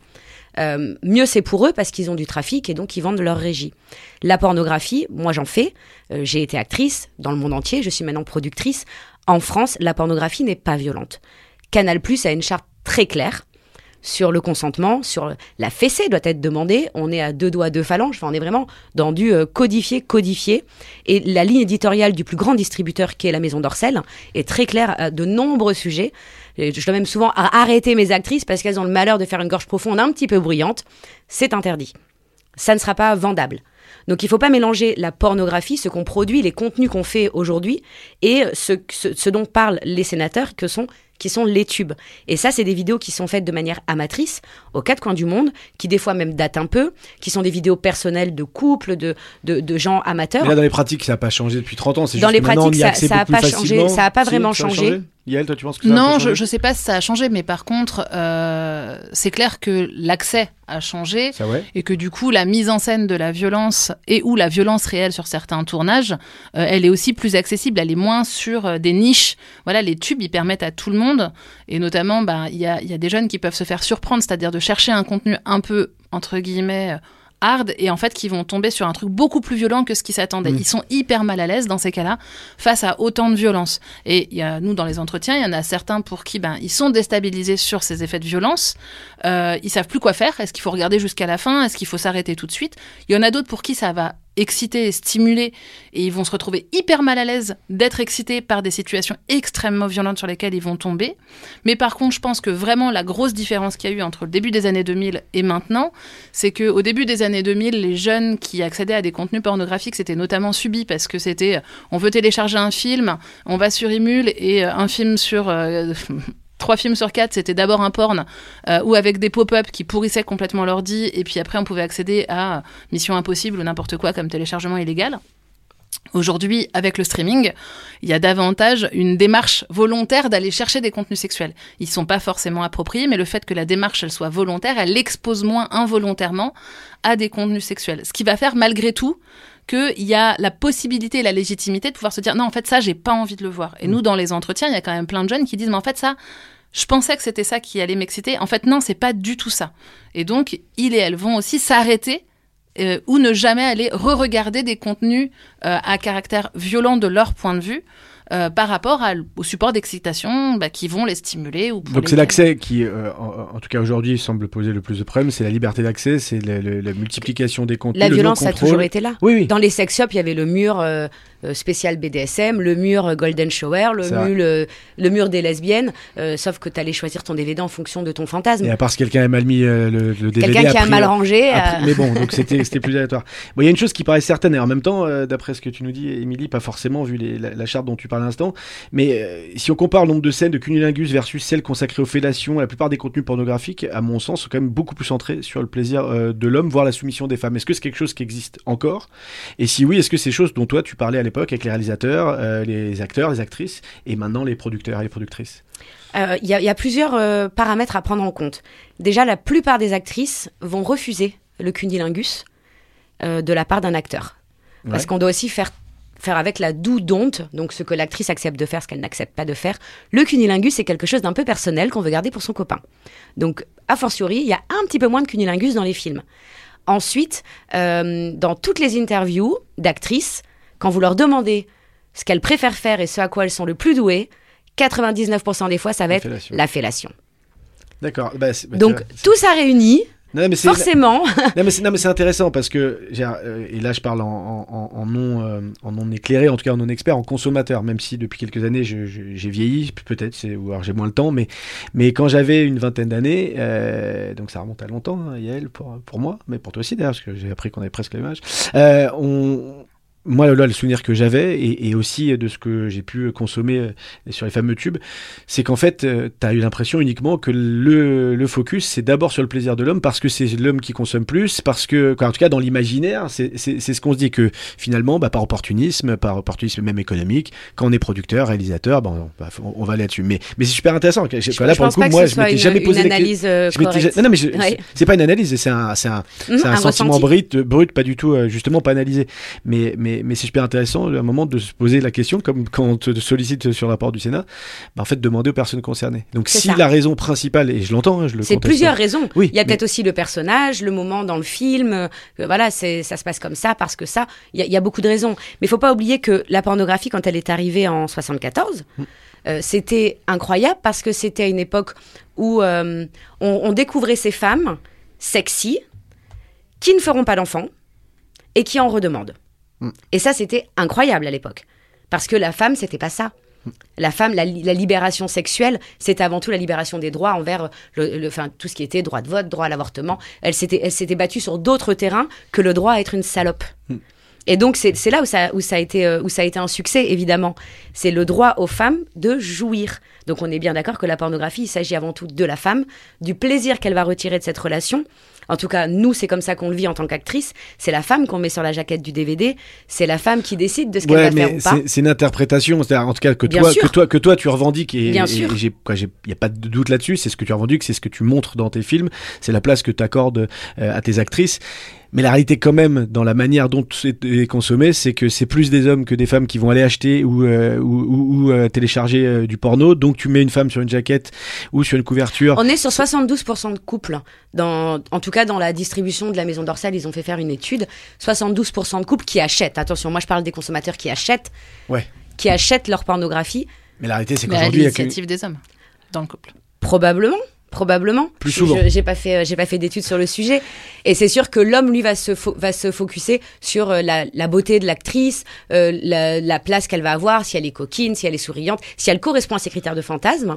euh, mieux c'est pour eux parce qu'ils ont du trafic et donc ils vendent leur régie. La pornographie, moi j'en fais, euh, j'ai été actrice dans le monde entier, je suis maintenant productrice. En France, la pornographie n'est pas violente. Canal+ a une charte très claire sur le consentement, sur la fessée doit être demandée, on est à deux doigts, deux phalanges, enfin on est vraiment dans du euh, codifié, codifié, et la ligne éditoriale du plus grand distributeur qui est la Maison d'Orcel est très claire à de nombreux sujets. Et je dois même souvent arrêter mes actrices parce qu'elles ont le malheur de faire une gorge profonde un petit peu bruyante, c'est interdit. Ça ne sera pas vendable. Donc il ne faut pas mélanger la pornographie, ce qu'on produit, les contenus qu'on fait aujourd'hui, et ce, ce, ce dont parlent les sénateurs, que sont, qui sont les tubes. Et ça, c'est des vidéos qui sont faites de manière amatrice, aux quatre coins du monde, qui des fois même datent un peu, qui sont des vidéos personnelles de couples, de, de, de gens amateurs. Mais là, dans les pratiques, ça n'a pas changé depuis trente ans. C'est dans juste les que pratiques, ça n'a pas changé, ça n'a pas si, vraiment changé. changé. Yael, toi, tu penses que ça Non, a je ne sais pas si ça a changé, mais par contre, euh, c'est clair que l'accès a changé ça, ouais. et que du coup, la mise en scène de la violence et ou la violence réelle sur certains tournages, euh, elle est aussi plus accessible, elle est moins sur euh, des niches. Voilà, les tubes, ils permettent à tout le monde, et notamment, bah, il y a, y a des jeunes qui peuvent se faire surprendre, c'est-à-dire de chercher un contenu un peu, entre guillemets, hard, et en fait qui vont tomber sur un truc beaucoup plus violent que ce qu'ils s'attendaient. Mmh. Ils sont hyper mal à l'aise dans ces cas-là face à autant de violence. Et il y a, nous, dans les entretiens, il y en a certains pour qui ben, ils sont déstabilisés sur ces effets de violence. Euh, ils savent plus quoi faire. Est-ce qu'il faut regarder jusqu'à la fin? Est-ce qu'il faut s'arrêter tout de suite? Il y en a d'autres pour qui ça va exciter et stimuler, et ils vont se retrouver hyper mal à l'aise d'être excités par des situations extrêmement violentes sur lesquelles ils vont tomber. Mais par contre, je pense que vraiment la grosse différence qu'il y a eu entre le début des années deux mille et maintenant, c'est qu'au début des années deux mille, les jeunes qui accédaient à des contenus pornographiques, c'était notamment subi parce que c'était on veut télécharger un film, on va sur Emule et un film sur... Euh, Trois films sur quatre, c'était d'abord un porn euh, ou avec des pop-up qui pourrissaient complètement l'ordi, et puis après on pouvait accéder à Mission Impossible ou n'importe quoi comme téléchargement illégal. Aujourd'hui, avec le streaming, il y a davantage une démarche volontaire d'aller chercher des contenus sexuels. Ils ne sont pas forcément appropriés, mais le fait que la démarche elle soit volontaire, elle expose moins involontairement à des contenus sexuels. Ce qui va faire malgré tout qu'il y a la possibilité et la légitimité de pouvoir se dire « Non, en fait, ça, j'ai pas envie de le voir. » Et mmh. nous, dans les entretiens, il y a quand même plein de jeunes qui disent « Mais en fait, ça, je pensais que c'était ça qui allait m'exciter. En fait, non, c'est pas du tout ça. » Et donc, ils et elles vont aussi s'arrêter euh, ou ne jamais aller re-regarder des contenus euh, à caractère violent de leur point de vue, Euh, par rapport à, au support d'excitation bah, qui vont les stimuler. Ou pour Donc les... c'est l'accès qui, euh, en, en tout cas aujourd'hui, semble poser le plus de problèmes, c'est la liberté d'accès, c'est le, le, la multiplication des contenus. La le violence a toujours été là. Oui, oui. Dans les sex shops, il y avait le mur euh, spécial B D S M, le mur Golden Shower, le, mur, le, le mur des lesbiennes, euh, sauf que tu allais choisir ton D V D en fonction de ton fantasme. Et à part si quelqu'un a mal mis euh, le, le D V D. Quelqu'un qui a pris, mal rangé. a pris, euh... Mais bon, donc c'était, c'était plus aléatoire. Bon, il y a une chose qui paraît certaine, et en même temps, euh, d'après ce que tu nous dis, Émilie, pas forcément vu les, la, la charte dont tu parles à l'instant, mais euh, si on compare le nombre de scènes de cunnilingus versus celles consacrées aux fellations, la plupart des contenus pornographiques, à mon sens, sont quand même beaucoup plus centrés sur le plaisir euh, de l'homme, voire la soumission des femmes. Est-ce que c'est quelque chose qui existe encore? Et si oui, est-ce que c'est chose dont toi tu parlais à l'époque avec les réalisateurs, euh, les acteurs, les actrices, et maintenant les producteurs et les productrices? Il euh, y, y a plusieurs euh, paramètres à prendre en compte. Déjà, la plupart des actrices vont refuser le cunnilingus euh, de la part d'un acteur. Ouais. Parce qu'on doit aussi faire faire avec la do don't, donc ce que l'actrice accepte de faire, ce qu'elle n'accepte pas de faire. Le cunnilingus, c'est quelque chose d'un peu personnel qu'on veut garder pour son copain. Donc, a fortiori, il y a un petit peu moins de cunnilingus dans les films. Ensuite, euh, dans toutes les interviews d'actrices, quand vous leur demandez ce qu'elles préfèrent faire et ce à quoi elles sont le plus douées, quatre-vingt-dix-neuf pour cent des fois, ça va la être fellation. la fellation. D'accord. Bah, c'est, bah, donc, c'est... tout ça réuni... Non, mais c'est, forcément. non, mais c'est, non, mais c'est intéressant parce que, euh, et là je parle en, en, en, non, euh, en non éclairé, en tout cas en non expert, en consommateur, même si depuis quelques années je, je, j'ai vieilli, peut-être, c'est, ou alors j'ai moins le temps, mais, mais quand j'avais une vingtaine d'années, euh, donc ça remonte à longtemps, hein, Yael, pour, pour moi, mais pour toi aussi d'ailleurs, parce que j'ai appris qu'on avait presque le même âge, euh, on... Moi, là, le souvenir que j'avais, et, et aussi de ce que j'ai pu consommer sur les fameux tubes, c'est qu'en fait, euh, tu as eu l'impression uniquement que le, le focus, c'est d'abord sur le plaisir de l'homme, parce que c'est l'homme qui consomme plus, parce que, en tout cas, dans l'imaginaire, c'est, c'est, c'est ce qu'on se dit, que finalement, bah, par opportunisme, par opportunisme même économique, quand on est producteur, réalisateur, bah, on, bah, on, on va là-dessus. Mais, mais c'est super intéressant. Je, je, là, je pour le coup, moi, je m'étais une, jamais posé une analyse euh, correcte. Non, non, mais je, ouais. c'est pas une analyse, c'est un, c'est un, mmh, c'est un, un sentiment brut, brut, pas du tout, euh, justement, pas analysé. Mais, mais mais, mais c'est super intéressant à un moment de se poser la question, comme quand on te sollicite sur le rapport du Sénat, bah, en fait, demander aux personnes concernées. Donc, C'est si ça. la raison principale, et je l'entends, hein, je le C'est conteste plusieurs pas. raisons. Oui, Il y a mais- peut-être aussi le personnage, le moment dans le film. euh, voilà, c'est, ça se passe comme ça, parce que ça. Il y, a- il y a beaucoup de raisons. Mais il faut pas oublier que la pornographie, quand elle est arrivée en soixante-quatorze, Mm. euh, c'était incroyable parce que c'était à une époque où euh, on, on découvrait ces femmes sexy qui ne feront pas d'enfants et qui en redemandent. Mm. Et ça, c'était incroyable à l'époque. Parce que la femme, c'était pas ça. La femme, la, li- la libération sexuelle, c'est avant tout la libération des droits envers le, le, enfin, tout ce qui était droit de vote, droit à l'avortement. Elle s'était, elle s'était battue sur d'autres terrains que le droit à être une salope. Mm. Et donc, c'est, c'est là où ça, où, ça a été, euh, où ça a été un succès, évidemment. C'est le droit aux femmes de jouir. Donc, on est bien d'accord que la pornographie, il s'agit avant tout de la femme, du plaisir qu'elle va retirer de cette relation. En tout cas, nous, c'est comme ça qu'on le vit en tant qu'actrice. C'est la femme qu'on met sur la jaquette du D V D. C'est la femme qui décide de ce qu'elle Ouais, va faire mais ou pas. c'est, c'est une interprétation, c'est-à-dire en tout cas que Bien toi, sûr. que toi, que toi, tu revendiques et Bien et- sûr. et j'ai, quoi, j'ai, y a pas de doute là-dessus. C'est ce que tu revendiques, c'est ce que tu montres dans tes films, c'est la place que tu accordes euh, à tes actrices. Mais la réalité, quand même, dans la manière dont c'est est consommé, c'est que c'est plus des hommes que des femmes qui vont aller acheter ou euh, ou, ou, ou euh, télécharger euh, du porno. Donc tu mets une femme sur une jaquette ou sur une couverture. On est sur soixante-douze pour cent de couples. Dans, en tout cas, dans la distribution de la Maison Dorsale, ils ont fait faire une étude. soixante-douze pour cent de couples qui achètent. Attention, moi je parle des consommateurs qui achètent, Ouais. qui achètent leur pornographie. Mais la réalité, c'est Mais à qu'aujourd'hui, il y a que- l'initiative des hommes dans le couple. Probablement. Probablement. Plus Je- souvent. je- j'ai pas fait, euh, j'ai pas fait d'études sur le sujet. Et c'est sûr que l'homme, lui, va se, fo- va se focuser sur euh, la, la beauté de l'actrice, euh, la, la place qu'elle va avoir, si elle est coquine, si elle est souriante, si elle correspond à ses critères de fantasme.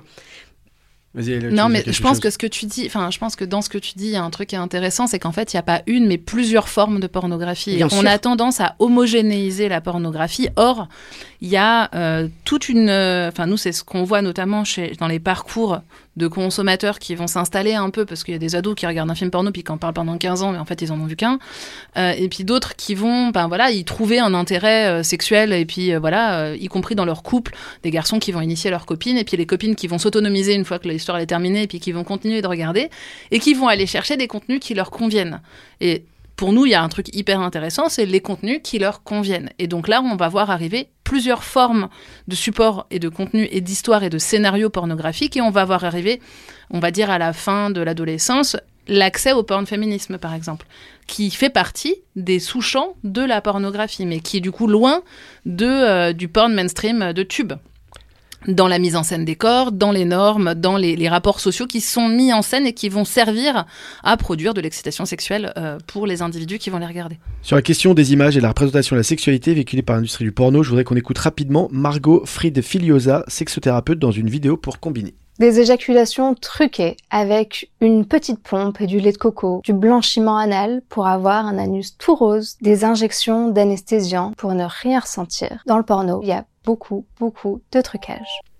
Vas-y, Léa, tu Non, veux mais dire quelque je pense chose que ce que tu dis, enfin, je pense que dans ce que tu dis, il y a un truc qui est intéressant, c'est qu'en fait, il n'y a pas une, mais plusieurs formes de pornographie. Bien Et on sûr. a tendance à homogénéiser la pornographie. Or, il y a euh, toute une, euh, enfin, nous, c'est ce qu'on voit notamment chez, dans les parcours de consommateurs qui vont s'installer un peu, parce qu'il y a des ados qui regardent un film porno puis qui en parlent pendant quinze ans, mais en fait, ils en ont vu qu'un. Euh, et puis d'autres qui vont, ben voilà, y trouver un intérêt euh, sexuel, et puis euh, voilà, euh, y compris dans leur couple, des garçons qui vont initier leurs copines, et puis les copines qui vont s'autonomiser une fois que l'histoire est terminée, et puis qui vont continuer de regarder, et qui vont aller chercher des contenus qui leur conviennent. Et pour nous, il y a un truc hyper intéressant, c'est les contenus qui leur conviennent. Et donc là, on va voir arriver plusieurs formes de supports et de contenus et d'histoires et de scénarios pornographiques, et on va voir arriver, on va dire à la fin de l'adolescence, l'accès au porn féminisme, par exemple, qui fait partie des sous-champs de la pornographie, mais qui est du coup loin de, euh, du porn mainstream de tube. Dans la mise en scène des corps, dans les normes, dans les, les rapports sociaux qui sont mis en scène et qui vont servir à produire de l'excitation sexuelle euh, pour les individus qui vont les regarder. Sur la question des images et la représentation de la sexualité véhiculée par l'industrie du porno, je voudrais qu'on écoute rapidement Margot Fried-Filiosa, sexothérapeute, dans une vidéo pour Combini. Des éjaculations truquées avec une petite pompe et du lait de coco, du blanchiment anal pour avoir un anus tout rose, des injections d'anesthésiants pour ne rien ressentir. Dans le porno, il y a beaucoup, beaucoup de trucage.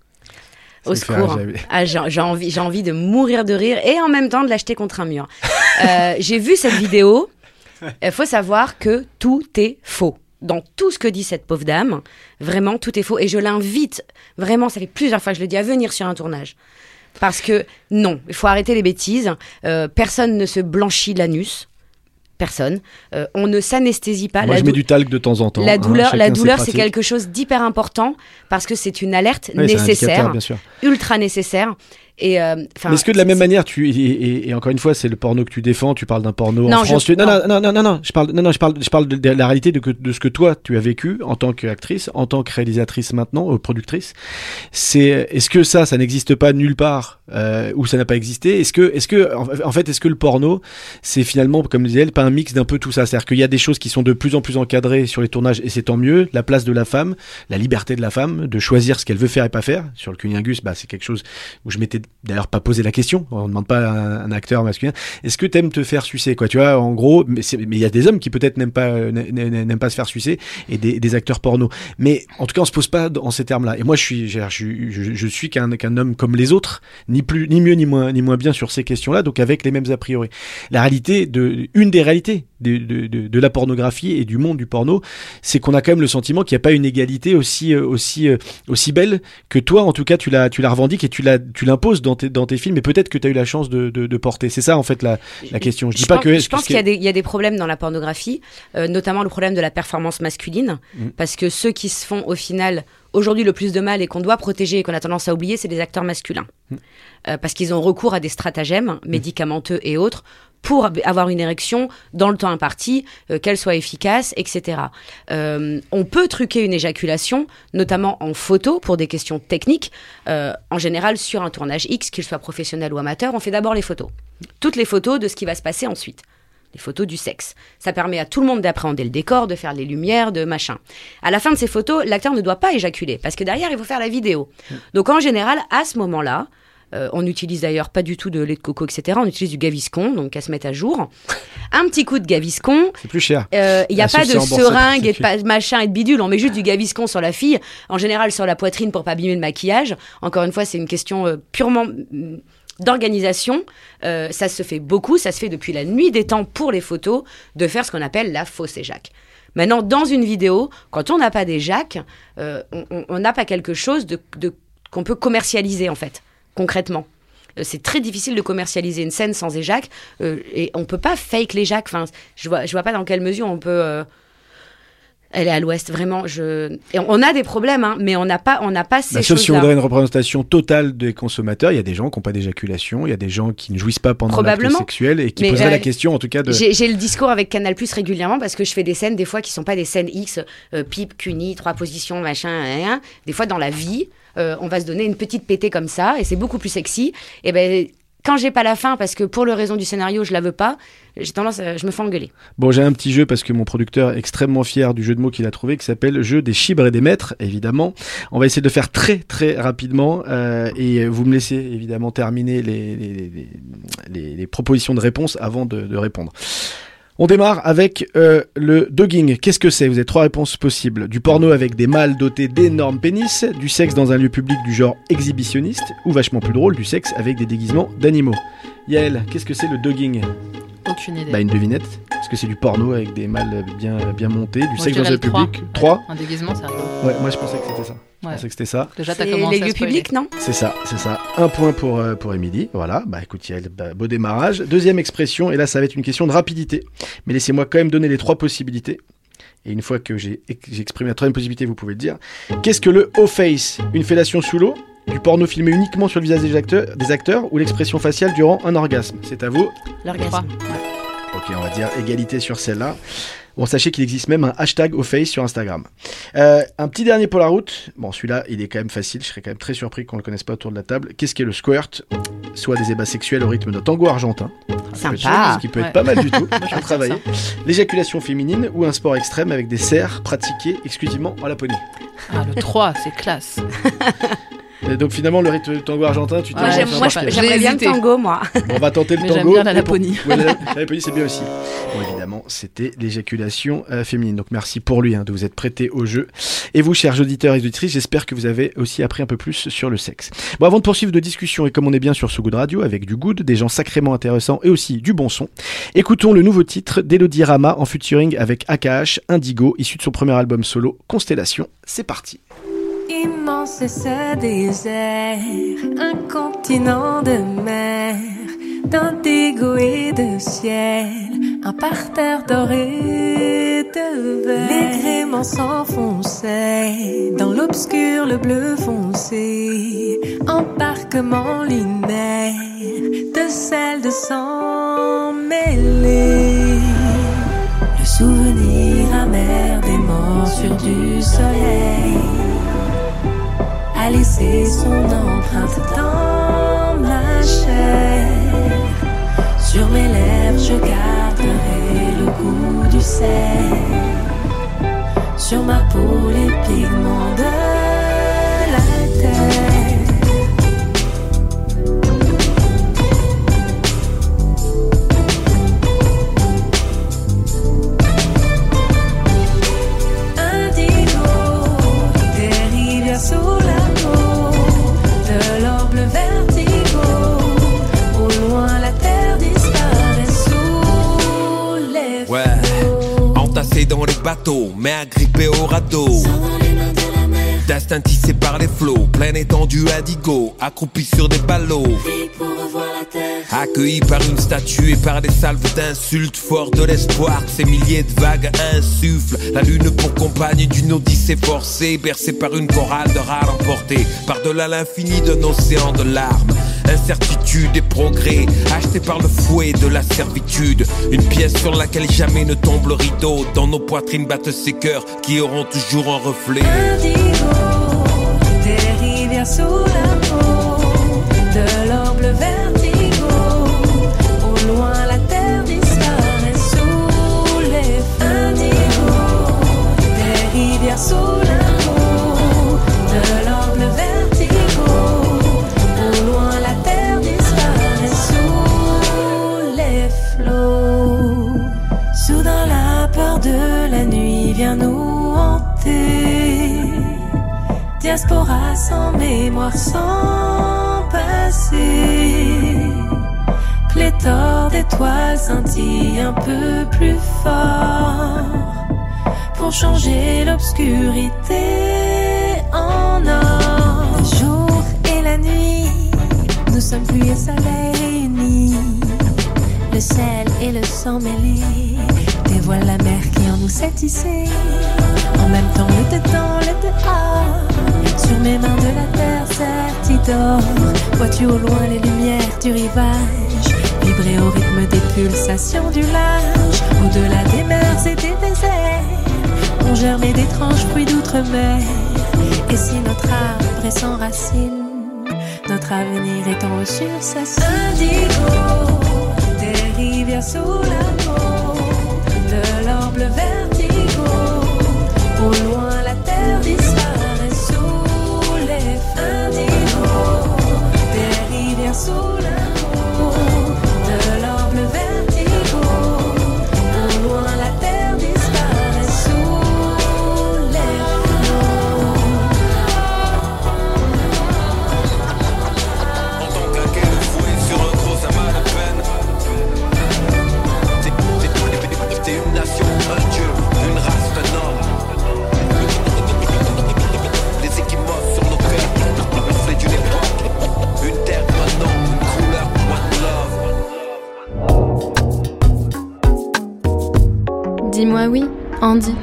Au Ça me fait secours. rire, j'avais- Ah, j'ai, j'ai envie, j'ai envie de mourir de rire et en même temps de l'acheter contre un mur. Euh, j'ai vu cette vidéo. Il faut savoir que tout est faux. Dans tout ce que dit cette pauvre dame, vraiment, tout est faux. Et je l'invite, vraiment, ça fait plusieurs fois que je le dis, à venir sur un tournage. Parce que non, il faut arrêter les bêtises. Euh, personne ne se blanchit l'anus. Personne. Euh, on ne s'anesthésie pas. Moi, La je mets dou- du talc de temps en temps. La hein, douleur, chacun la ses douleur, c'est pratiques. quelque chose d'hyper important parce que c'est une alerte Ouais, c'est un indicateur, nécessaire, bien sûr. ultra nécessaire. Et euh, enfin, Mais est-ce que de la même c'est- manière, tu et, et- et encore une fois, c'est le porno que tu défends. Tu parles d'un porno Non, en je- France. tu- non, non. non, non, non, non, non. Je parle, non, non, je parle, je parle de, de la réalité de, que- de ce que toi tu as vécu en tant qu'actrice, en tant que réalisatrice maintenant, euh, productrice. C'est, est-ce que ça, ça n'existe pas nulle part euh, où ça n'a pas existé? Est-ce que, est-ce que, en, en fait, est-ce que le porno, c'est finalement, comme disait elle, pas un mix d'un peu tout ça? C'est-à-dire qu'il y a des choses qui sont de plus en plus encadrées sur les tournages et c'est tant mieux. La place de la femme, la liberté de la femme, de choisir ce qu'elle veut faire et pas faire. Sur le cunnilingus, bah, c'est quelque chose où je m'étais d'ailleurs pas posé la question. On ne demande pas à un, un acteur masculin. Est-ce que t'aimes te faire sucer, quoi? Tu vois, en gros, mais c'est- mais il y a des hommes qui peut-être n'aiment pas, euh, n'aiment n'aiment pas se faire sucer et des, des acteurs porno. Mais en tout cas, on se pose pas en ces termes-là. Et moi, je suis, je, je, je, je suis qu'un, qu'un homme comme les autres, ni plus, ni mieux, ni moins, ni moins bien sur ces questions-là. Donc avec les mêmes a priori. La réalité de, une des réalités de, de, de, de la pornographie et du monde du porno, c'est qu'on a quand même le sentiment qu'il n'y a pas une égalité aussi, aussi, aussi belle que toi, en tout cas, tu la, tu la revendiques et tu, la, tu l'imposes dans tes, dans tes films, et peut-être que tu as eu la chance de, de, de porter. C'est ça, en fait, la, la question. Je dis je pas pense, que... Je pense qu'il y a, des, il y a des problèmes dans la pornographie, euh, notamment le problème de la performance masculine, mmh. parce que ceux qui se font, au final, aujourd'hui, le plus de mal et qu'on doit protéger et qu'on a tendance à oublier, c'est les acteurs masculins. Mmh. Euh, parce qu'ils ont recours à des stratagèmes médicamenteux et autres pour avoir une érection dans le temps imparti, euh, qu'elle soit efficace, et cetera. Euh, on peut truquer une éjaculation, notamment en photo, pour des questions techniques. Euh, en général, sur un tournage X, qu'il soit professionnel ou amateur, on fait d'abord les photos. Toutes les photos de ce qui va se passer ensuite. Les photos du sexe. Ça permet à tout le monde d'appréhender le décor, de faire les lumières, de machin. À la fin de ces photos, l'acteur ne doit pas éjaculer, parce que derrière, il faut faire la vidéo. Donc en général, à ce moment-là, Euh, on n'utilise d'ailleurs pas du tout de lait de coco, et cetera. On utilise du Gaviscon, donc à se mettre à jour. Un petit coup de Gaviscon. C'est plus cher. Il euh, n'y a pas de seringue et de pa- machin et de bidule. On met juste du Gaviscon sur la fille, en général sur la poitrine pour pas abîmer le maquillage. Encore une fois, c'est une question euh, purement euh, d'organisation. Euh, ça se fait beaucoup, ça se fait depuis la nuit des temps pour les photos, de faire ce qu'on appelle la fausse éjac. Maintenant, dans une vidéo, quand on n'a pas d'éjac, euh, on n'a pas quelque chose de, de, qu'on peut commercialiser en fait. Concrètement, euh, c'est très difficile de commercialiser une scène sans éjac euh, et on peut pas fake l'éjac. Enfin, je vois, je vois pas dans quelle mesure on peut. Euh... Elle est à l'ouest, vraiment. Je... Et on a des problèmes, hein, mais on n'a pas, on n'a pas ces bah, choses-là. Sauf si on voudrait une représentation totale des consommateurs, il y a des gens qui n'ont pas d'éjaculation, il y a des gens qui ne jouissent pas pendant l'acte sexuel et qui mais poseraient euh, la question, en tout cas. De... J'ai, j'ai le discours avec Canal+ régulièrement parce que je fais des scènes des fois qui sont pas des scènes X, euh, pipe, cuni, trois positions, machin, rien. Des fois dans la vie. Euh, on va se donner une petite pétée comme ça et c'est beaucoup plus sexy. Et ben quand j'ai pas la fin parce que pour le raison du scénario je la veux pas, j'ai tendance à, je me fais engueuler. Bon, j'ai un petit jeu parce que mon producteur est extrêmement fier du jeu de mots qu'il a trouvé qui s'appelle le jeu des chibres et des maîtres, évidemment. On va essayer de le faire très très rapidement euh, et vous me laissez évidemment terminer les, les, les, les, les propositions de réponse avant de, de répondre. On démarre avec euh, le dogging. Qu'est-ce que c'est ? Vous avez trois réponses possibles. Du porno avec des mâles dotés d'énormes pénis, du sexe dans un lieu public du genre exhibitionniste, ou vachement plus drôle, du sexe avec des déguisements d'animaux. Yael, qu'est-ce que c'est le dogging ? Aucune idée. Bah une devinette. Est-ce que c'est du porno avec des mâles bien, bien montés, du moi, sexe dans un lieu public ? trois. Un déguisement, c'est rigolo. Ouais, moi je pensais que c'était ça. Ouais. Je pensais que c'était ça. Déjà, t'as c'est commencé les lieux publics, non ? C'est ça, c'est ça. Un point pour, euh, pour Émilie. Voilà, bah écoute, Yael, bah, beau démarrage. Deuxième expression, et là ça va être une question de rapidité. Mais laissez-moi quand même donner les trois possibilités. Et une fois que j'ai, j'ai exprimé la troisième possibilité, vous pouvez le dire. Qu'est-ce que le O-face ? Une fellation sous l'eau ? Du porno filmé uniquement sur le visage des acteurs, des acteurs ou l'expression faciale durant un orgasme ? C'est à vous. L'orgasme. Ok, on va dire égalité sur celle-là. Bon, sachez qu'il existe même un hashtag au face sur Instagram. Euh, un petit dernier pour la route. Bon, celui-là, il est quand même facile. Je serais quand même très surpris qu'on ne le connaisse pas autour de la table. Qu'est-ce qu'est le squirt ? Soit des ébats sexuels au rythme d'un tango argentin. Sympa. Ce qui peut Ouais. être pas mal du tout. à travailler. ça. L'éjaculation féminine ou un sport extrême avec des serres pratiquées exclusivement en Laponie. Ah, le trois, c'est classe. Et donc finalement, le rythme du tango argentin, tu t'es Moi, Ouais, j'aime, je moi, sais pas. j'aimerais J'ai bien le hésité. tango, moi. Bon, on va tenter le Mais tango. j'aime bien la Et pour- Laponie. Ouais, la, la Laponie, c'est bien aussi. Bon, évidemment, c'était l'éjaculation euh, féminine. Donc, merci pour lui hein, de vous être prêté au jeu. Et vous, chers auditeurs et auditrices, j'espère que vous avez aussi appris un peu plus sur le sexe. Bon, avant de poursuivre de discussion, et comme on est bien sur So Good Radio, avec du good, des gens sacrément intéressants et aussi du bon son, écoutons le nouveau titre d'Elodie Rama en featuring avec A K H, Indigo, issu de son premier album solo, Constellation. C'est parti. Immense et ce désert, un continent de mer, d'indigo et de ciel, un parterre doré de verre. Les gréements s'enfonçaient dans l'obscur, le bleu foncé, embarquement lunaire, de sel, de sang mêlé. Le souvenir amer des morts sur du soleil a laissé son empreinte dans ma chair. Sur mes lèvres, je garderai le goût du sel. Sur ma peau, les pigments de la terre. Indigo, des rivières sous la de l'or bleu vertigo, au loin la terre disparaît sous les Ouais, les bateaux, mais agrippés au radeau. Destin tissé par les flots, pleine étendue indigo, accroupi sur des ballots. Accueilli par une statue et par des salves d'insultes, fort de l'espoir que ces milliers de vagues insufflent. La lune pour compagne d'une odyssée forcée, bercée par une chorale de rats emportés par-delà l'infini d'un océan de larmes. Incertitude et progrès, achetés par le fouet de la servitude. Une pièce sur laquelle jamais ne tombe le rideau. Dans nos poitrines battent ces cœurs qui auront toujours un reflet. Indigo, des rivières sous la peau, de l'or bleu vertigo. Au loin la terre disparaît sous les feux. Indigo, des rivières sous la peau, de l'or bleu vertigo. Au loin la terre disparaît sous les flots. Soudain la peur de la nuit vient nous hanter. Diaspora sans mémoire, sans passé. Pléthore d'étoiles scintille un peu plus fort pour changer l'obscurité en or. Le jour et la nuit, nous sommes pluie et soleil réunis. Le sel et le sang mêlés dévoilent la mer qui en nous s'est tissée. En même temps le tétan, le dehors, sur mes mains de la terre sertie d'or. Vois-tu au loin les lumières du rivage vibrer au rythme des pulsations du large. Au-delà des mers et des déserts ont germé d'étranges fruits d'outre-mer. Et si notre arbre est sans racines, notre avenir est en haut sur sa cime. Indigo, des rivières sous la peau, de l'or bleu vertigo. Au loin la terre disparaît sous les feux. Indigo, des rivières sous la peau, de l'or bleu vertigo. Au loin la terre disparaît sous les flots. Entends claquer le fouet sur un gros amas de peine. T'es, t'es, t'es une nation, un dieu, une race, un homme. Les équipements sur nos cœurs, le reflet d'une époque. Une terre, un nom, une couleur, one love. Dis-moi oui, Andy.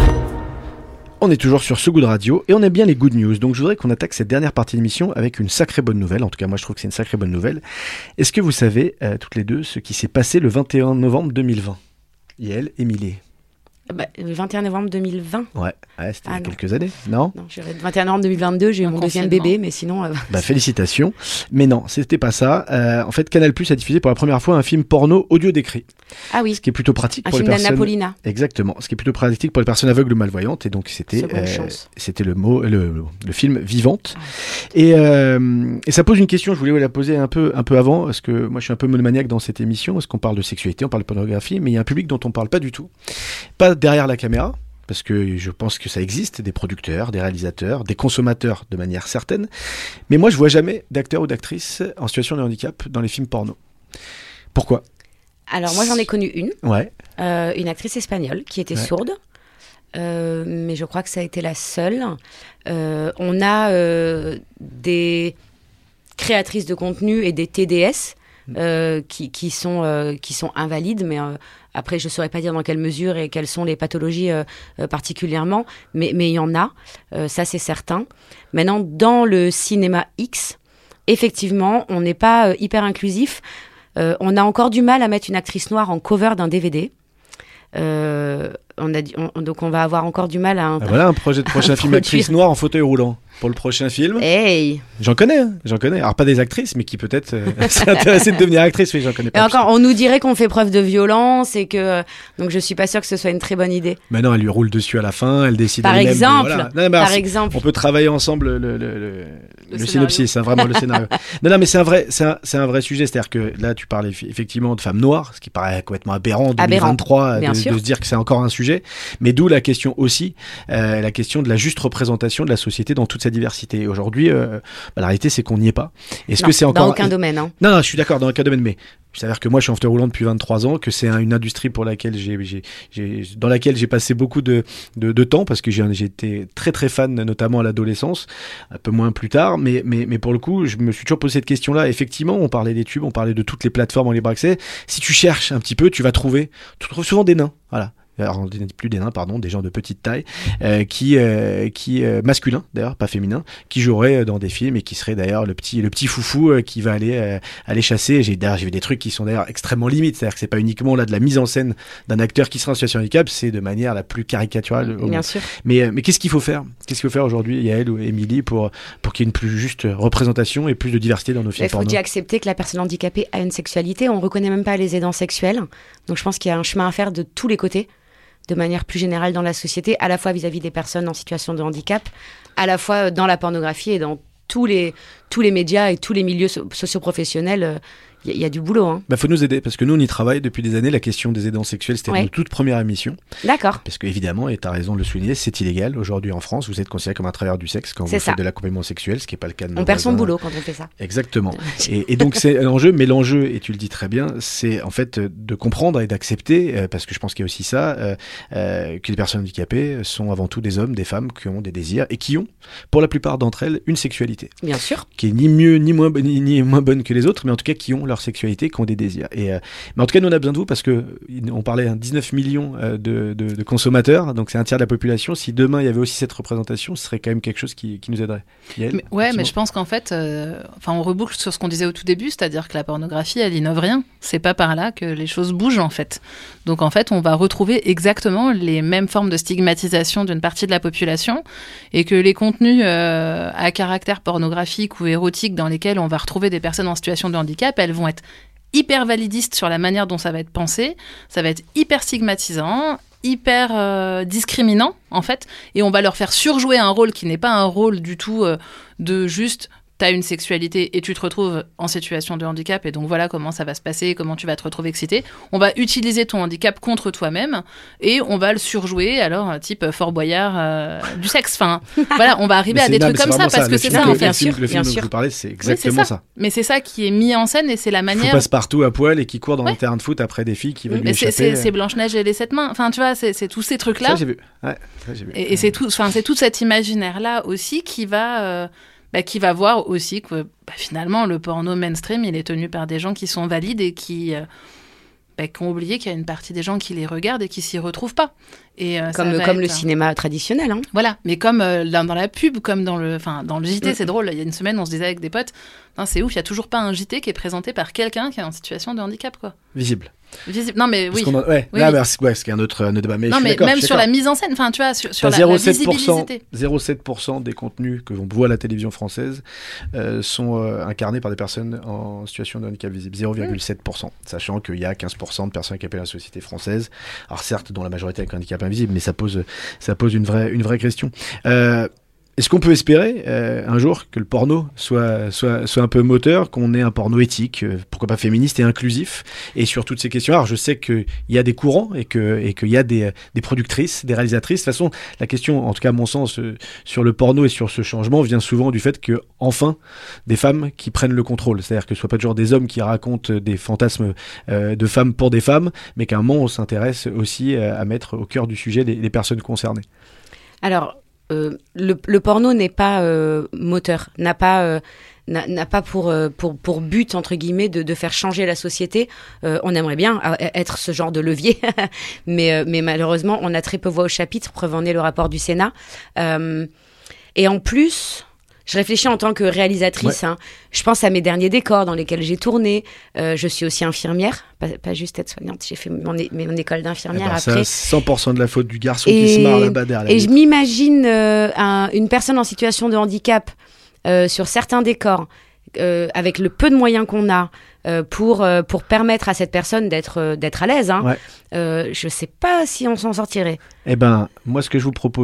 On est toujours sur So Good Radio et on aime bien les good news. Donc je voudrais qu'on attaque cette dernière partie de l'émission avec une sacrée bonne nouvelle. En tout cas, moi je trouve que c'est une sacrée bonne nouvelle. Est-ce que vous savez, euh, toutes les deux, ce qui s'est passé le vingt et un novembre deux mille vingt? Yael, Émilie. Bah, le vingt et un novembre deux mille vingt. Ouais, ouais c'était Ah, il y a non. quelques années, non? Non, je vingt et un novembre deux mille vingt-deux, j'ai eu Un mon deuxième confinement. bébé, mais sinon. euh, Bah félicitations. Mais non, c'était pas ça. Euh, en fait, Canal+ a diffusé pour la première fois un film porno audio décrit. Ah oui, Ce qui est plutôt pratique un pour film les d'Anna personnes. Paulina. Exactement. Ce qui est plutôt pratique pour les personnes aveugles ou malvoyantes. Et donc c'était, Seconde euh, chance. c'était le mot, le, le film Vivante. Et, euh, et ça pose une question. Je voulais la poser un peu, un peu avant, parce que moi je suis un peu monomaniaque dans cette émission, parce qu'on parle de sexualité, on parle de pornographie, mais il y a un public dont on parle pas du tout. Pas derrière la caméra. Parce que je pense que ça existe, des producteurs, des réalisateurs, des consommateurs de manière certaine. Mais moi, je vois jamais d'acteurs ou d'actrices en situation de handicap dans les films porno. Pourquoi? Alors moi j'en ai connu une, Ouais. euh, une actrice espagnole qui était Ouais. sourde. Euh, mais je crois que ça a été la seule. Euh, on a euh, des créatrices de contenu et des T D S euh, qui, qui, sont, euh, qui sont invalides, mais euh, après je ne saurais pas dire dans quelle mesure et quelles sont les pathologies euh, euh, particulièrement, mais mais il y en a, euh, ça c'est certain. Maintenant, dans le cinéma X, effectivement, on n'est pas euh, hyper inclusif. Euh, on a encore du mal à mettre une actrice noire en cover d'un D V D. Euh, on a, dit- on- donc on va avoir encore du mal à... un- Ah, voilà un projet de prochain film Produire. actrice noire en fauteuil roulant. Pour le prochain film. Hey. J'en connais, hein, j'en connais. Alors pas des actrices, mais qui peut-être euh, seraient intéressées de devenir actrices, mais j'en connais Et pas. encore, on nous dirait qu'on fait preuve de violence et que... Donc je suis pas sûre que ce soit une très bonne idée. Mais non, elle lui roule dessus à la fin, elle décide Par elle-même de- exemple, voilà. Non, mais par alors, c'est- exemple. on peut travailler ensemble le, le, le, le, le scénario. synopsis, hein, vraiment le scénario. Non, non, mais c'est un vrai, c'est un, c'est un vrai sujet. C'est-à-dire que là, tu parlais eff- effectivement de femmes noires, ce qui paraît complètement aberrant en deux mille vingt-trois Aberrant, bien de, sûr. de se dire que c'est encore un sujet. Mais d'où la question aussi, euh, la question de la juste représentation de la société dans toute sa diversité. Et aujourd'hui, euh, Bah, la réalité, c'est qu'on n'y est pas. Est-ce non, que c'est encore... dans aucun domaine. Hein. Non, non, je suis d'accord, dans aucun domaine, mais il s'avère que moi, je suis en fauteuil roulant depuis vingt-trois ans, que c'est un, une industrie pour laquelle j'ai, j'ai, j'ai, dans laquelle j'ai passé beaucoup de, de, de temps, parce que j'ai, j'ai été très très fan, notamment à l'adolescence, un peu moins plus tard, mais, mais, mais pour le coup, je me suis toujours posé cette question-là. Effectivement, on parlait des tubes, on parlait de toutes les plateformes en libre accès. Si tu cherches un petit peu, tu vas trouver, tu trouves souvent des nains, voilà. Alors, plus des nains, pardon, des gens de petite taille, euh, qui, euh, qui euh, masculins d'ailleurs, pas féminins, qui joueraient dans des films et qui seraient d'ailleurs le petit, le petit foufou euh, qui va aller, euh, aller chasser. J'ai, d'ailleurs, j'ai vu des trucs qui sont d'ailleurs extrêmement limites, c'est-à-dire que c'est pas uniquement là de la mise en scène d'un acteur qui sera en situation de handicap, c'est de manière la plus caricaturale. Au Bien monde. sûr. Mais, euh, mais qu'est-ce qu'il faut faire Qu'est-ce qu'il faut faire aujourd'hui, Yael ou Émilie, pour, pour qu'il y ait une plus juste représentation et plus de diversité dans nos films Il faut porno. déjà accepter que la personne handicapée a une sexualité. On reconnaît même pas les aidants sexuels. Donc je pense qu'il y a un chemin à faire de tous les côtés, de manière plus générale dans la société, à la fois vis-à-vis des personnes en situation de handicap, à la fois dans la pornographie et dans tous les, tous les médias et tous les milieux so- socio-professionnels. Il y, y a du boulot. Hein. Bah, faut nous aider, parce que nous, on y travaille depuis des années. La question des aidants sexuels, c'était ouais. notre toute première émission. D'accord. Parce que, évidemment, et tu as raison de le souligner, c'est illégal. Aujourd'hui, en France, vous êtes considéré comme un travailleur du sexe quand c'est vous ça. faites de l'accompagnement sexuel, ce qui n'est pas le cas de nos On perd son voisins. boulot quand on fait ça. Exactement. et, et donc, c'est l'enjeu, mais l'enjeu, et tu le dis très bien, c'est en fait de comprendre et d'accepter, euh, parce que je pense qu'il y a aussi ça, euh, euh, que les personnes handicapées sont avant tout des hommes, des femmes qui ont des désirs et qui ont, pour la plupart d'entre elles, une sexualité. Bien sûr. Qui est ni mieux, ni moins, ni, ni moins bonne que les autres, mais en tout cas qui ont leur sexualité, qui ont des désirs. Et, euh, mais en tout cas, nous, on a besoin de vous parce que on parlait hein, dix-neuf millions euh, de, de, de consommateurs, donc c'est un tiers de la population. Si demain il y avait aussi cette représentation, ce serait quand même quelque chose qui, qui nous aiderait. Yael, mais, ouais, mais je pense qu'en fait, euh, enfin, on reboucle sur ce qu'on disait au tout début, c'est-à-dire que la pornographie, elle innove rien. C'est pas par là que les choses bougent en fait. Donc en fait, on va retrouver exactement les mêmes formes de stigmatisation d'une partie de la population, et que les contenus euh, à caractère pornographique ou érotique dans lesquels on va retrouver des personnes en situation de handicap, elles vont être hyper validistes sur la manière dont ça va être pensé, ça va être hyper stigmatisant, hyper euh, discriminant en fait, et on va leur faire surjouer un rôle qui n'est pas un rôle du tout euh, de juste t'as une sexualité et tu te retrouves en situation de handicap, et donc voilà comment ça va se passer, comment tu vas te retrouver excité. On va utiliser ton handicap contre toi-même et on va le surjouer, alors type Fort Boyard euh, du sexe. Enfin, voilà, on va arriver à des non, trucs comme ça, ça parce le que c'est film, ça, le, en fait. le film, le film bien dont sûr. je vous parlais, c'est exactement oui, c'est ça. ça. Mais c'est ça qui est mis en scène, et c'est la manière. Faut passe partout à poil et qui court dans ouais. un terrain de foot après des filles qui veulent mais lui c'est, échapper. c'est, c'est Blanche Neige et les sept mains. Enfin, tu vois, c'est, c'est tous ces trucs-là. Ça j'ai vu. Ouais, ça, j'ai vu. Et, et c'est tout, enfin, c'est tout cet imaginaire-là aussi qui va. Euh, Bah, qui va voir aussi que bah, finalement le porno mainstream il est tenu par des gens qui sont valides et qui, euh, bah, qui ont oublié qu'il y a une partie des gens qui les regardent et qui s'y retrouvent pas. Et, euh, comme ça va comme être, le cinéma traditionnel. Hein. Voilà, mais comme euh, dans, dans la pub, comme dans le, enfin, dans le J T, Mm. c'est drôle. Il y a une semaine, on se disait avec des potes, c'est ouf, il y a toujours pas un J T qui est présenté par quelqu'un qui est en situation de handicap, quoi. Visible. Visible. Non, mais oui. A... Ouais, oui, là, oui. bah, c'est, ouais, c'est un autre, un autre débat. Mais non, je suis mais d'accord, même je suis sur d'accord. la mise en scène, enfin, tu vois, sur, sur la, zéro la virgule sept pour cent, visibilité. zéro virgule sept pour cent des contenus que l'on voit à la télévision française euh, sont euh, incarnés par des personnes en situation de handicap visible. zéro virgule sept pour cent. Mmh. Sachant qu'il y a quinze pour cent de personnes handicapées dans la société française. Alors certes, dont la majorité avec un handicap invisible, mais ça pose, ça pose une vraie, une vraie question. Euh, Est-ce qu'on peut espérer euh, un jour que le porno soit, soit, soit un peu moteur, qu'on ait un porno éthique, euh, pourquoi pas féministe et inclusif, et sur toutes ces questions. Alors je sais qu'il y a des courants et que et qu'il y a des, des productrices, des réalisatrices. De toute façon, la question, en tout cas à mon sens, euh, sur le porno et sur ce changement vient souvent du fait que enfin des femmes qui prennent le contrôle. C'est-à-dire que ce soit pas toujours des hommes qui racontent des fantasmes euh, de femmes pour des femmes, mais qu'à un moment on s'intéresse aussi euh, à mettre au cœur du sujet les, les personnes concernées. Alors. Euh, le, le porno n'est pas euh, moteur, n'a pas, euh, n'a, n'a pas pour, euh, pour, pour but, entre guillemets, de, de faire changer la société. Euh, on aimerait bien être ce genre de levier, mais, euh, mais malheureusement, on a très peu voix au chapitre, preuve en est le rapport du Sénat. Euh, et en plus... Je réfléchis en tant que réalisatrice. Ouais. Hein. Je pense à mes derniers décors dans lesquels j'ai tourné. Euh, je suis aussi infirmière, pas, pas juste aide-soignante. J'ai fait mon, é- mon école d'infirmière eh ben, après. C'est cent pour cent de la faute du garçon et, qui se marre là-bas derrière. Et je m'imagine euh, un, une personne en situation de handicap euh, sur certains décors, euh, avec le peu de moyens qu'on a, euh, pour, euh, pour permettre à cette personne d'être, euh, d'être à l'aise. Hein. Ouais. Euh, je ne sais pas si on s'en sortirait. Eh ben, moi, ce que je vous propose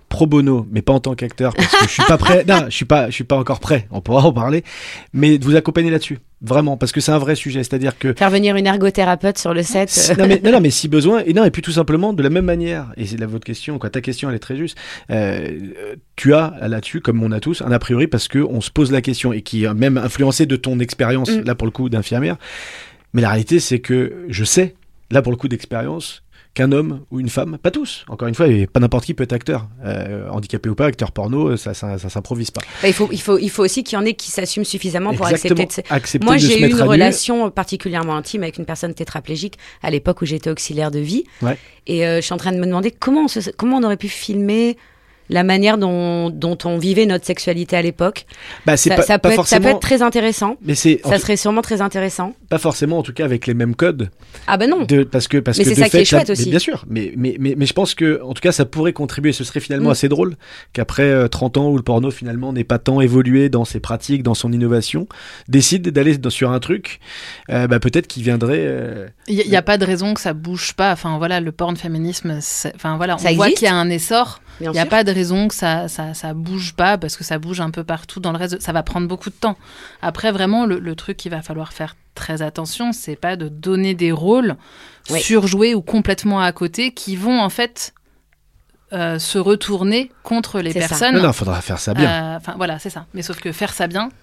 pro bono, mais pas en tant qu'acteur, parce que je suis pas prêt. Non, je suis pas, je suis pas encore prêt. On pourra en parler, mais de vous accompagner là-dessus, vraiment, parce que c'est un vrai sujet. C'est-à-dire que faire venir une ergothérapeute sur le set. non, mais non, non, mais si besoin, et non, et puis tout simplement de la même manière. Et c'est là votre question, quoi. Ta question, elle est très juste. Euh, tu as là-dessus, comme on a tous, un a priori parce que on se pose la question et qui est même influencé de ton expérience, mm. là pour le coup d'infirmière. Mais la réalité, c'est que je sais, là pour le coup d'expérience, qu'un homme ou une femme, pas tous, encore une fois, et pas n'importe qui peut être acteur, euh, handicapé ou pas, acteur porno, ça, ça, ça s'improvise pas. Il faut, il faut, il faut aussi qu'il y en ait qui s'assument suffisamment pour Exactement. accepter. De... accepter Moi, de j'ai se eu mettre une à nu. relation particulièrement intime avec une personne tétraplégique à l'époque où j'étais auxiliaire de vie, ouais. et euh, je suis en train de me demander comment on, se, comment on aurait pu filmer la manière dont, dont on vivait notre sexualité à l'époque. Bah, c'est ça, pas, ça, pas peut être, forcément... ça peut être très intéressant. Mais c'est, ça serait sûrement très intéressant. Pas forcément, en tout cas, avec les mêmes codes. Ah ben non. De, parce que, parce mais que c'est de ça fait, qui est chouette là, aussi. Mais bien sûr. Mais, mais, mais, mais je pense que, en tout cas, ça pourrait contribuer. Ce serait finalement mm. assez drôle qu'après euh, trente ans où le porno, finalement, n'est pas tant évolué dans ses pratiques, dans son innovation, décide d'aller dans, sur un truc, euh, bah, peut-être qu'il viendrait... Il euh... n'y a, a pas de raison que ça bouge pas. Enfin, voilà, le porn féminisme, enfin, voilà, on ça voit existe. qu'il y a un essor. Il n'y a pas de raison que ça, ça, ça bouge pas, parce que ça bouge un peu partout dans le reste. De... Ça va prendre beaucoup de temps. Après, vraiment, le, le truc qu'il va falloir faire très attention, c'est pas de donner des rôles oui. surjoués ou complètement à côté qui vont, en fait, euh, se retourner contre les c'est personnes. Ça. Non, non, faudra faire ça bien. Enfin, euh, voilà, c'est ça. Mais sauf que faire ça bien,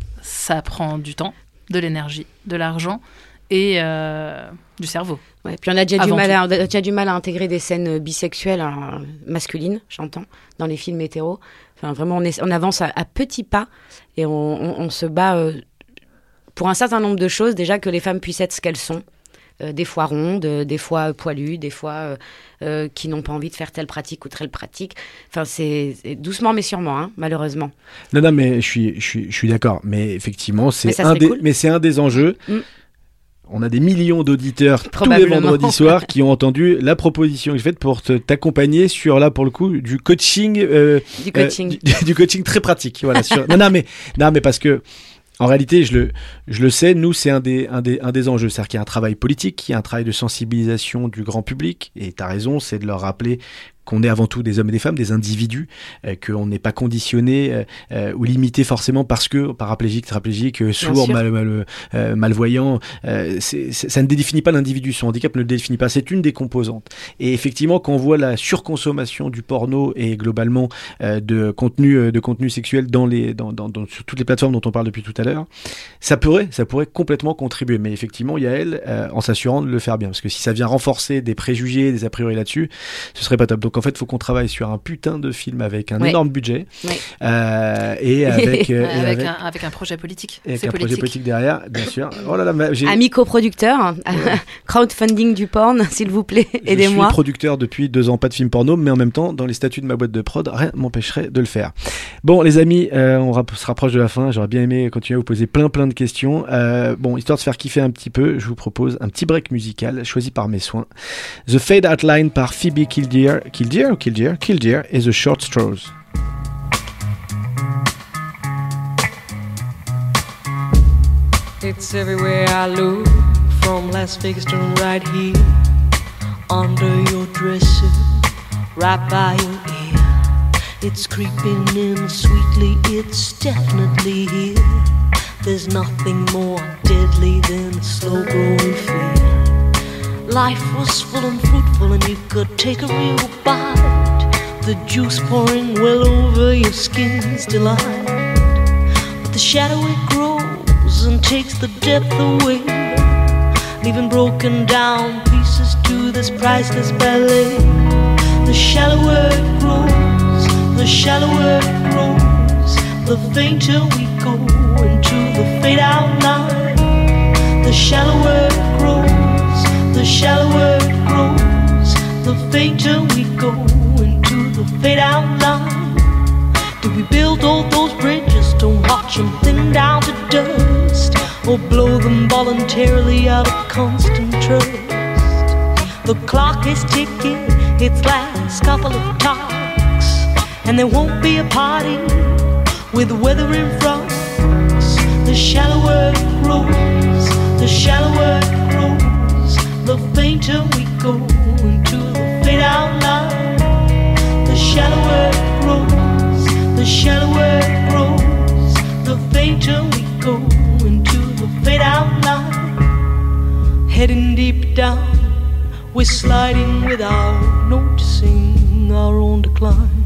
ça prend du temps, de l'énergie, de l'argent et euh, du cerveau. Ouais, puis on a déjà du mal à, on a déjà du mal à intégrer des scènes bisexuelles, alors, masculines, j'entends, dans les films hétéros. Enfin, vraiment, on, est, on avance à, à petits pas et on, on, on se bat euh, pour un certain nombre de choses. Déjà que les femmes puissent être ce qu'elles sont, euh, des fois rondes, euh, des fois poilues, des fois euh, euh, qui n'ont pas envie de faire telle pratique ou telle pratique. Enfin, c'est, c'est doucement mais sûrement, hein, malheureusement. Non, non, mais je suis, je suis, je suis d'accord. Mais effectivement, c'est mais un des, cool. mais c'est un des enjeux. Mm. On a des millions d'auditeurs tous les vendredis soirs qui ont entendu la proposition que j'ai faite pour te, t'accompagner sur, là, pour le coup, du coaching, euh, du, coaching. Euh, du, du coaching très pratique. Voilà, sur... non, non, mais, non, mais parce que, en réalité, je le, je le sais, nous, c'est un des, un des, un des enjeux. C'est-à-dire qu'il y a un travail politique, il y a un travail de sensibilisation du grand public. Et tu as raison, c'est de leur rappeler qu'on est avant tout des hommes et des femmes, des individus, euh, qu'on n'est pas conditionné euh, euh, ou limité forcément parce que paraplégique, tétraplégique, euh, sourd, mal, mal, euh, malvoyant, euh, c'est, c'est, ça ne définit pas l'individu, son handicap ne le définit pas, c'est une des composantes. Et effectivement, quand on voit la surconsommation du porno et globalement euh, de contenu, euh, de contenu sexuel dans les, dans, dans, dans, sur toutes les plateformes dont on parle depuis tout à l'heure, ça pourrait, ça pourrait complètement contribuer. Mais effectivement, il y a elle, euh, en s'assurant de le faire bien, parce que si ça vient renforcer des préjugés, des a priori là-dessus, ce serait pas top. Donc en fait, il faut qu'on travaille sur un putain de film avec un ouais. énorme budget ouais. euh, et avec, euh, avec, et avec, un, avec un projet politique. Et avec c'est un politique. projet politique derrière, bien sûr. Oh là là, j'ai... Ami coproducteur, ouais. crowdfunding du porn, s'il vous plaît, aidez-moi. Je suis producteur depuis deux ans, pas de film porno, mais en même temps, dans les statuts de ma boîte de prod, rien m'empêcherait de le faire. Bon, les amis, euh, on rap- se rapproche de la fin. J'aurais bien aimé continuer à vous poser plein plein de questions. Euh, bon, histoire de se faire kiffer un petit peu, je vous propose un petit break musical choisi par mes soins. The Fade Outline par Phoebe Killdeer. Killdeer ou Killdeer? Killdeer et The Short Straws. It's everywhere I look, from Las Vegas to right here, under your dresser, right by your ear. It's creeping in sweetly, it's definitely here. There's nothing more deadly than a slow-growing fear. Life was full and fruitful and you could take a real bite, the juice pouring well over your skin's delight. But the shadow it grows and takes the depth away, leaving broken down pieces to this priceless ballet. The shallower it grows, the shallower it grows, the fainter we go into the fade out line. The shallower it grows, the shallower it grows, the fainter we go into the fade out line. Did we build all those bridges to watch them thin down to dust, or blow them voluntarily out of constant trust? The clock is ticking its last couple of talks, and there won't be a party with the weather in front. The shallower it grows, the shallower it grows, the fainter we go into the fade out line. The shallower go into the fade out line. Heading deep down, we're sliding without noticing our own decline.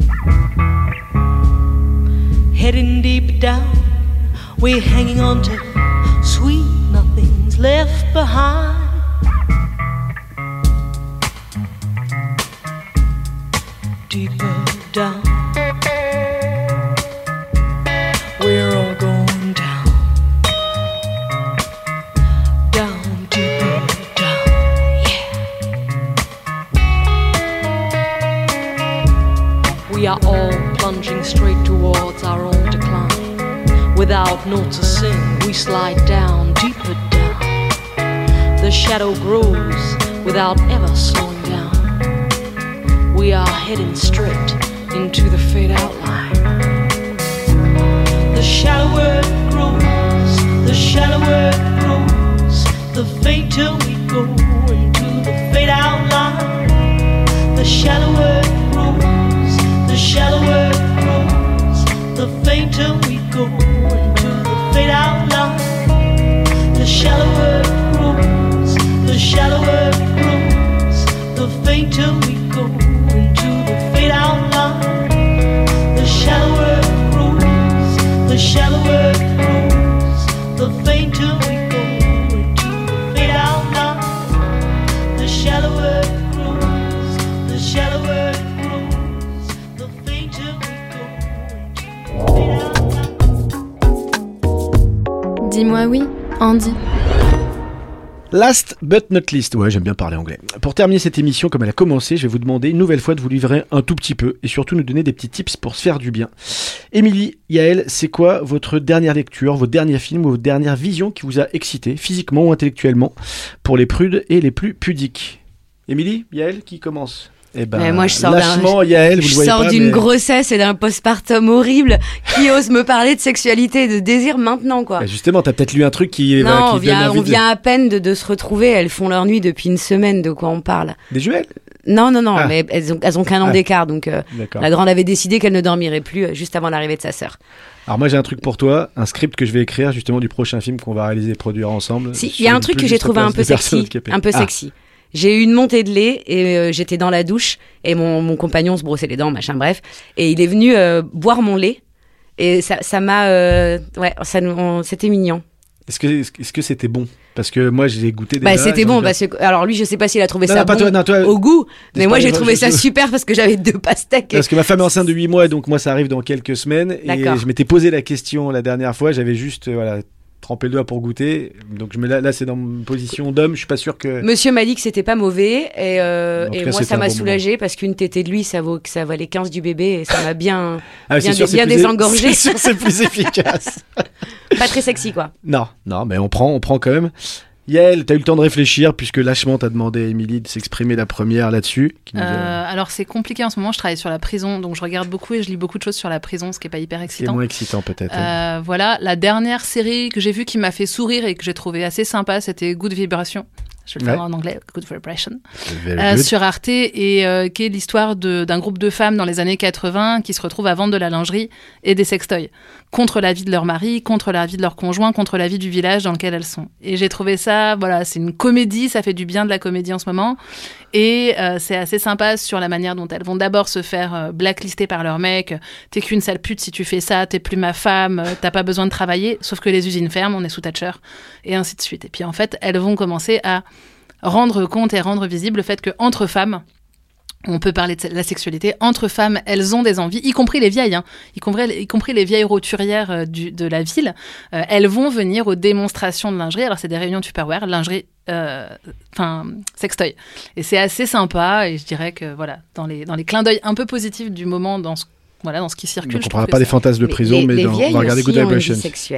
Heading deep down, we're hanging on to sweet nothings left behind. Deeper down, we're all going down. Down, deeper down, yeah. We are all plunging straight towards our own decline. Without noticing, we slide down, deeper down. The shadow grows without ever slowing down. We are heading straight into the fade out line. The shallower it grows, the shallower it grows, the fainter we go into the fade out line. The shallower it grows, the shallower it grows, the fainter we go into the fade out line. The shallower it grows, the shallower it grows, the fainter we go into the fade out line. The shallower it grows, the shallower it grows, the fainter we go into the fade out line. The shallower it grows, the shallower it grows, the fainter we go into the fade out line. Dis-moi oui, Andy. Last but not least, ouais j'aime bien parler anglais. Pour terminer cette émission comme elle a commencé, je vais vous demander une nouvelle fois de vous livrer un tout petit peu et surtout nous donner des petits tips pour se faire du bien. Émilie, Yael, c'est quoi votre dernière lecture, vos derniers films ou votre dernière vision qui vous a excité, physiquement ou intellectuellement, pour les prudes et les plus pudiques? Émilie, Yael, qui commence? Eh ben, mais moi, je sors, lâchement, d'un, Yael, vous je le voyez sors pas, d'une mais... grossesse et d'un postpartum horrible. Qui ose me parler de sexualité et de désir maintenant, quoi? Bah justement, t'as peut-être lu un truc qui, non, bah, qui on vient, donne envie on de... vient à peine de, de se retrouver. Elles font leur nuit depuis une semaine. De quoi on parle? Des jumelles? Non, non, non, ah. mais elles ont, elles ont qu'un an ah. d'écart. Donc, euh, la grande avait décidé qu'elle ne dormirait plus euh, juste avant l'arrivée de sa sœur. Alors moi j'ai un truc pour toi, un script que je vais écrire justement du prochain film qu'on va réaliser et produire ensemble. Si, il y a un truc que j'ai trouvé un peu sexy, un peu sexy. J'ai eu une montée de lait et euh, j'étais dans la douche et mon, mon compagnon se brossait les dents, machin, bref. Et il est venu euh, boire mon lait et ça, ça m'a... Euh, ouais, ça, on, c'était mignon. Est-ce que, est-ce que c'était bon? Parce que moi, j'ai goûté déjà. Bah, c'était bon. Parce que, alors lui, je sais pas s'il a trouvé non, ça non, bon toi, non, toi, au goût, mais moi, j'ai trouvé ça super parce que j'avais deux pastèques. Parce que ma femme est enceinte de huit mois, donc moi, ça arrive dans quelques semaines. D'accord. Et je m'étais posé la question la dernière fois, j'avais juste... Euh, voilà, tremper le doigt pour goûter, donc je me là, là c'est dans une position d'homme, je suis pas sûr que... Monsieur m'a dit que c'était pas mauvais et, euh, et cas, moi ça m'a bon soulagé moment. Parce qu'une tétée de lui ça vaut ça valait quinze du bébé et ça m'a bien ah, bien, sûr, bien plus désengorgé. C'est sûr, c'est plus efficace. Pas très sexy quoi. Non, non, mais on prend, on prend quand même. Yael, t'as eu le temps de réfléchir puisque lâchement t'as demandé à Émilie de s'exprimer la première là-dessus. Qui nous a... euh, alors c'est compliqué en ce moment, je travaille sur la prison, donc je regarde beaucoup et je lis beaucoup de choses sur la prison, ce qui est pas hyper excitant. C'est moins excitant peut-être. Euh, voilà, la dernière série que j'ai vue qui m'a fait sourire et que j'ai trouvé assez sympa, c'était Good Vibration. Je vais le faire ouais. en anglais, Good Vibration, euh, sur Arte, et euh, qui est l'histoire de, d'un groupe de femmes dans les années quatre-vingts qui se retrouvent à vendre de la lingerie et des sextoys contre la vie de leur mari, contre la vie de leur conjoint, contre la vie du village dans lequel elles sont. Et j'ai trouvé ça, voilà, c'est une comédie, ça fait du bien de la comédie en ce moment, et euh, c'est assez sympa sur la manière dont elles vont d'abord se faire euh, blacklister par leur mec. T'es qu'une sale pute si tu fais ça, t'es plus ma femme, euh, t'as pas besoin de travailler, sauf que les usines ferment, on est sous Thatcher, et ainsi de suite. Et puis en fait, elles vont commencer à rendre compte et rendre visible le fait qu'entre femmes, on peut parler de la sexualité, entre femmes, elles ont des envies, y compris les vieilles, hein, y, compris, y compris les vieilles roturières euh, du, de la ville, euh, elles vont venir aux démonstrations de lingerie. Alors c'est des réunions Tupperware, lingerie, enfin euh, sextoy. Et c'est assez sympa, et je dirais que voilà, dans les, dans les clins d'œil un peu positifs du moment, dans ce Voilà, dans ce qui circule. Donc on ne parlera pas des fantasmes de prison, mais, mais dans, on va regarder Good Vibration.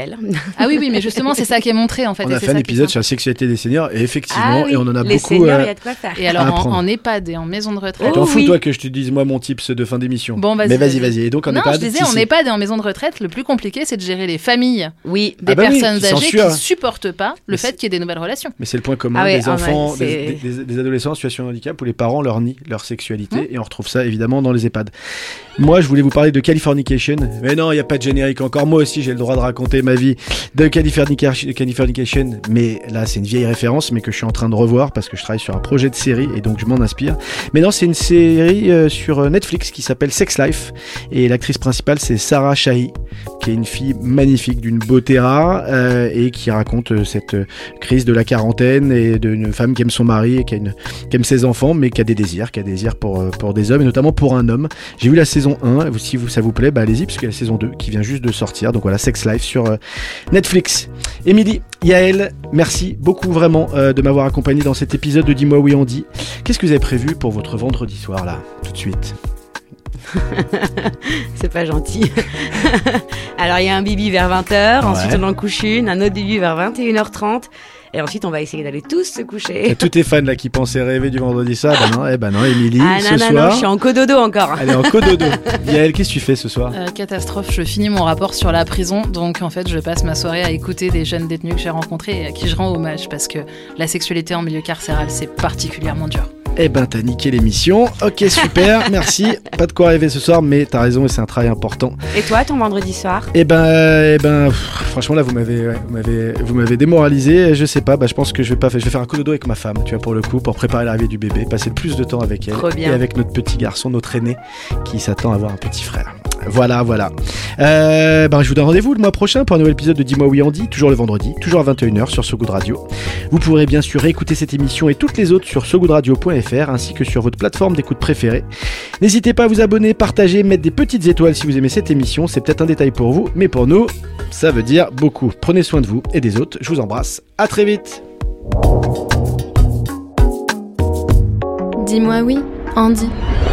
Ah oui, oui, mais justement, c'est ça qui est montré en fait. On a et fait c'est un ça épisode sur la sexualité des seniors, et effectivement, ah, oui. et on en a les beaucoup. Seniors, euh, y a de quoi faire. Et alors en, en EHPAD et en maison de retraite. Oh, T'en oh, fous oui. toi que je te dise moi mon tips de fin d'émission. Bon, vas-y, mais vas-y, vas-y, vas-y. Et donc en non, EHPAD. je disais, en EHPAD et en maison de retraite, le plus compliqué, c'est de gérer les familles. Oui. Des ah bah personnes oui, qui âgées censurent. qui supportent pas le mais fait qu'il y ait des nouvelles relations. Mais c'est le point commun ah ouais, des ah enfants, ouais, des, des, des adolescents en situation de handicap où les parents leur nient leur sexualité, mmh. et on retrouve ça évidemment dans les EHPAD. Moi, je voulais vous vous parler de Californication. Mais non, il n'y a pas de générique encore. Moi aussi, j'ai le droit de raconter ma vie de Californication. Californication. Mais là, c'est une vieille référence, mais que je suis en train de revoir parce que je travaille sur un projet de série et donc je m'en inspire. Mais non, c'est une série euh, sur Netflix qui s'appelle Sex Life. Et l'actrice principale, c'est Sarah Shahi, qui est une fille magnifique, d'une beauté rare, euh, et qui raconte euh, cette euh, crise de la quarantaine et d'une femme qui aime son mari et qui, a une, qui aime ses enfants, mais qui a des désirs, qui a des désirs pour, euh, pour des hommes, et notamment pour un homme. J'ai vu la saison un, si vous, ça vous plaît, bah allez-y, parce qu'il y a la saison deux qui vient juste de sortir. Donc voilà, Sex Life sur euh, Netflix. Émilie, Yael, merci beaucoup vraiment euh, de m'avoir accompagné dans cet épisode de Dis-moi oui on dit. Qu'est-ce que vous avez prévu pour votre vendredi soir là, tout de suite? C'est pas gentil. Alors il y a un bibi vers vingt heures, ouais. Ensuite on en couche une, un autre bibi vers vingt et une heures trente. Et ensuite, on va essayer d'aller tous se coucher. Et tous tes fans là qui pensaient rêver du vendredi soir, ben non, eh ben non, Émilie, ah, ce non, soir. Non, non, je suis en cododo encore. Elle est en cododo. Yael, qu'est-ce que tu fais ce soir? euh, Catastrophe, je finis mon rapport sur la prison. Donc en fait, je passe ma soirée à écouter des jeunes détenus que j'ai rencontrés et à qui je rends hommage parce que la sexualité en milieu carcéral, c'est particulièrement dur. Eh ben, t'as niqué l'émission. Ok, super, merci. Pas de quoi rêver ce soir, mais t'as raison et c'est un travail important. Et toi, ton vendredi soir? Eh ben, euh, eh ben, pff, franchement là, vous m'avez, ouais, vous m'avez, vous m'avez démoralisé. Je sais pas. Bah, je pense que je vais pas faire. Je vais faire un cododo avec ma femme, tu vois, pour le coup, pour préparer l'arrivée du bébé, passer le plus de temps avec elle et avec notre petit garçon, notre aîné, qui s'attend à avoir un petit frère. Voilà, voilà. Euh, ben, je vous donne rendez-vous le mois prochain pour un nouvel épisode de Dis-moi oui on dit, toujours le vendredi, toujours à vingt et une heures sur So Good Radio. Vous pourrez bien sûr écouter cette émission et toutes les autres sur so good radio point f r ainsi que sur votre plateforme d'écoute préférée. N'hésitez pas à vous abonner, partager, mettre des petites étoiles si vous aimez cette émission. C'est peut-être un détail pour vous, mais pour nous, ça veut dire beaucoup. Prenez soin de vous et des autres. Je vous embrasse. À très vite. Dis-moi oui, Andy.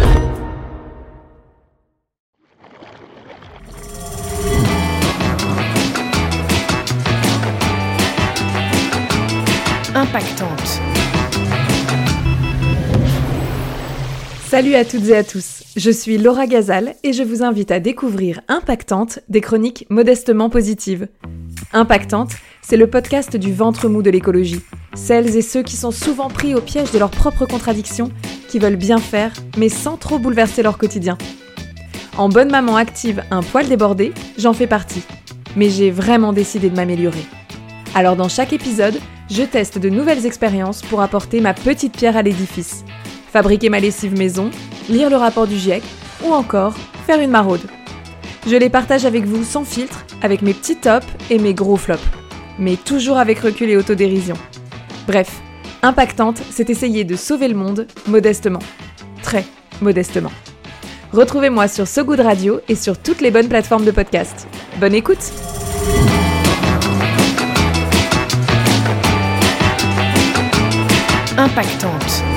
Impactante. Salut à toutes et à tous, je suis Laura Gazal et je vous invite à découvrir Impactante, des chroniques modestement positives. Impactante, c'est le podcast du ventre mou de l'écologie. Celles et ceux qui sont souvent pris au piège de leurs propres contradictions, qui veulent bien faire, mais sans trop bouleverser leur quotidien. En bonne maman active un poil débordé, j'en fais partie. Mais j'ai vraiment décidé de m'améliorer. Alors dans chaque épisode, je teste de nouvelles expériences pour apporter ma petite pierre à l'édifice. Fabriquer ma lessive maison, lire le rapport du GIEC ou encore faire une maraude. Je les partage avec vous sans filtre, avec mes petits tops et mes gros flops. Mais toujours avec recul et autodérision. Bref, Impactante, c'est essayer de sauver le monde modestement. Très modestement. Retrouvez-moi sur So Good Radio et sur toutes les bonnes plateformes de podcast. Bonne écoute! Impactante.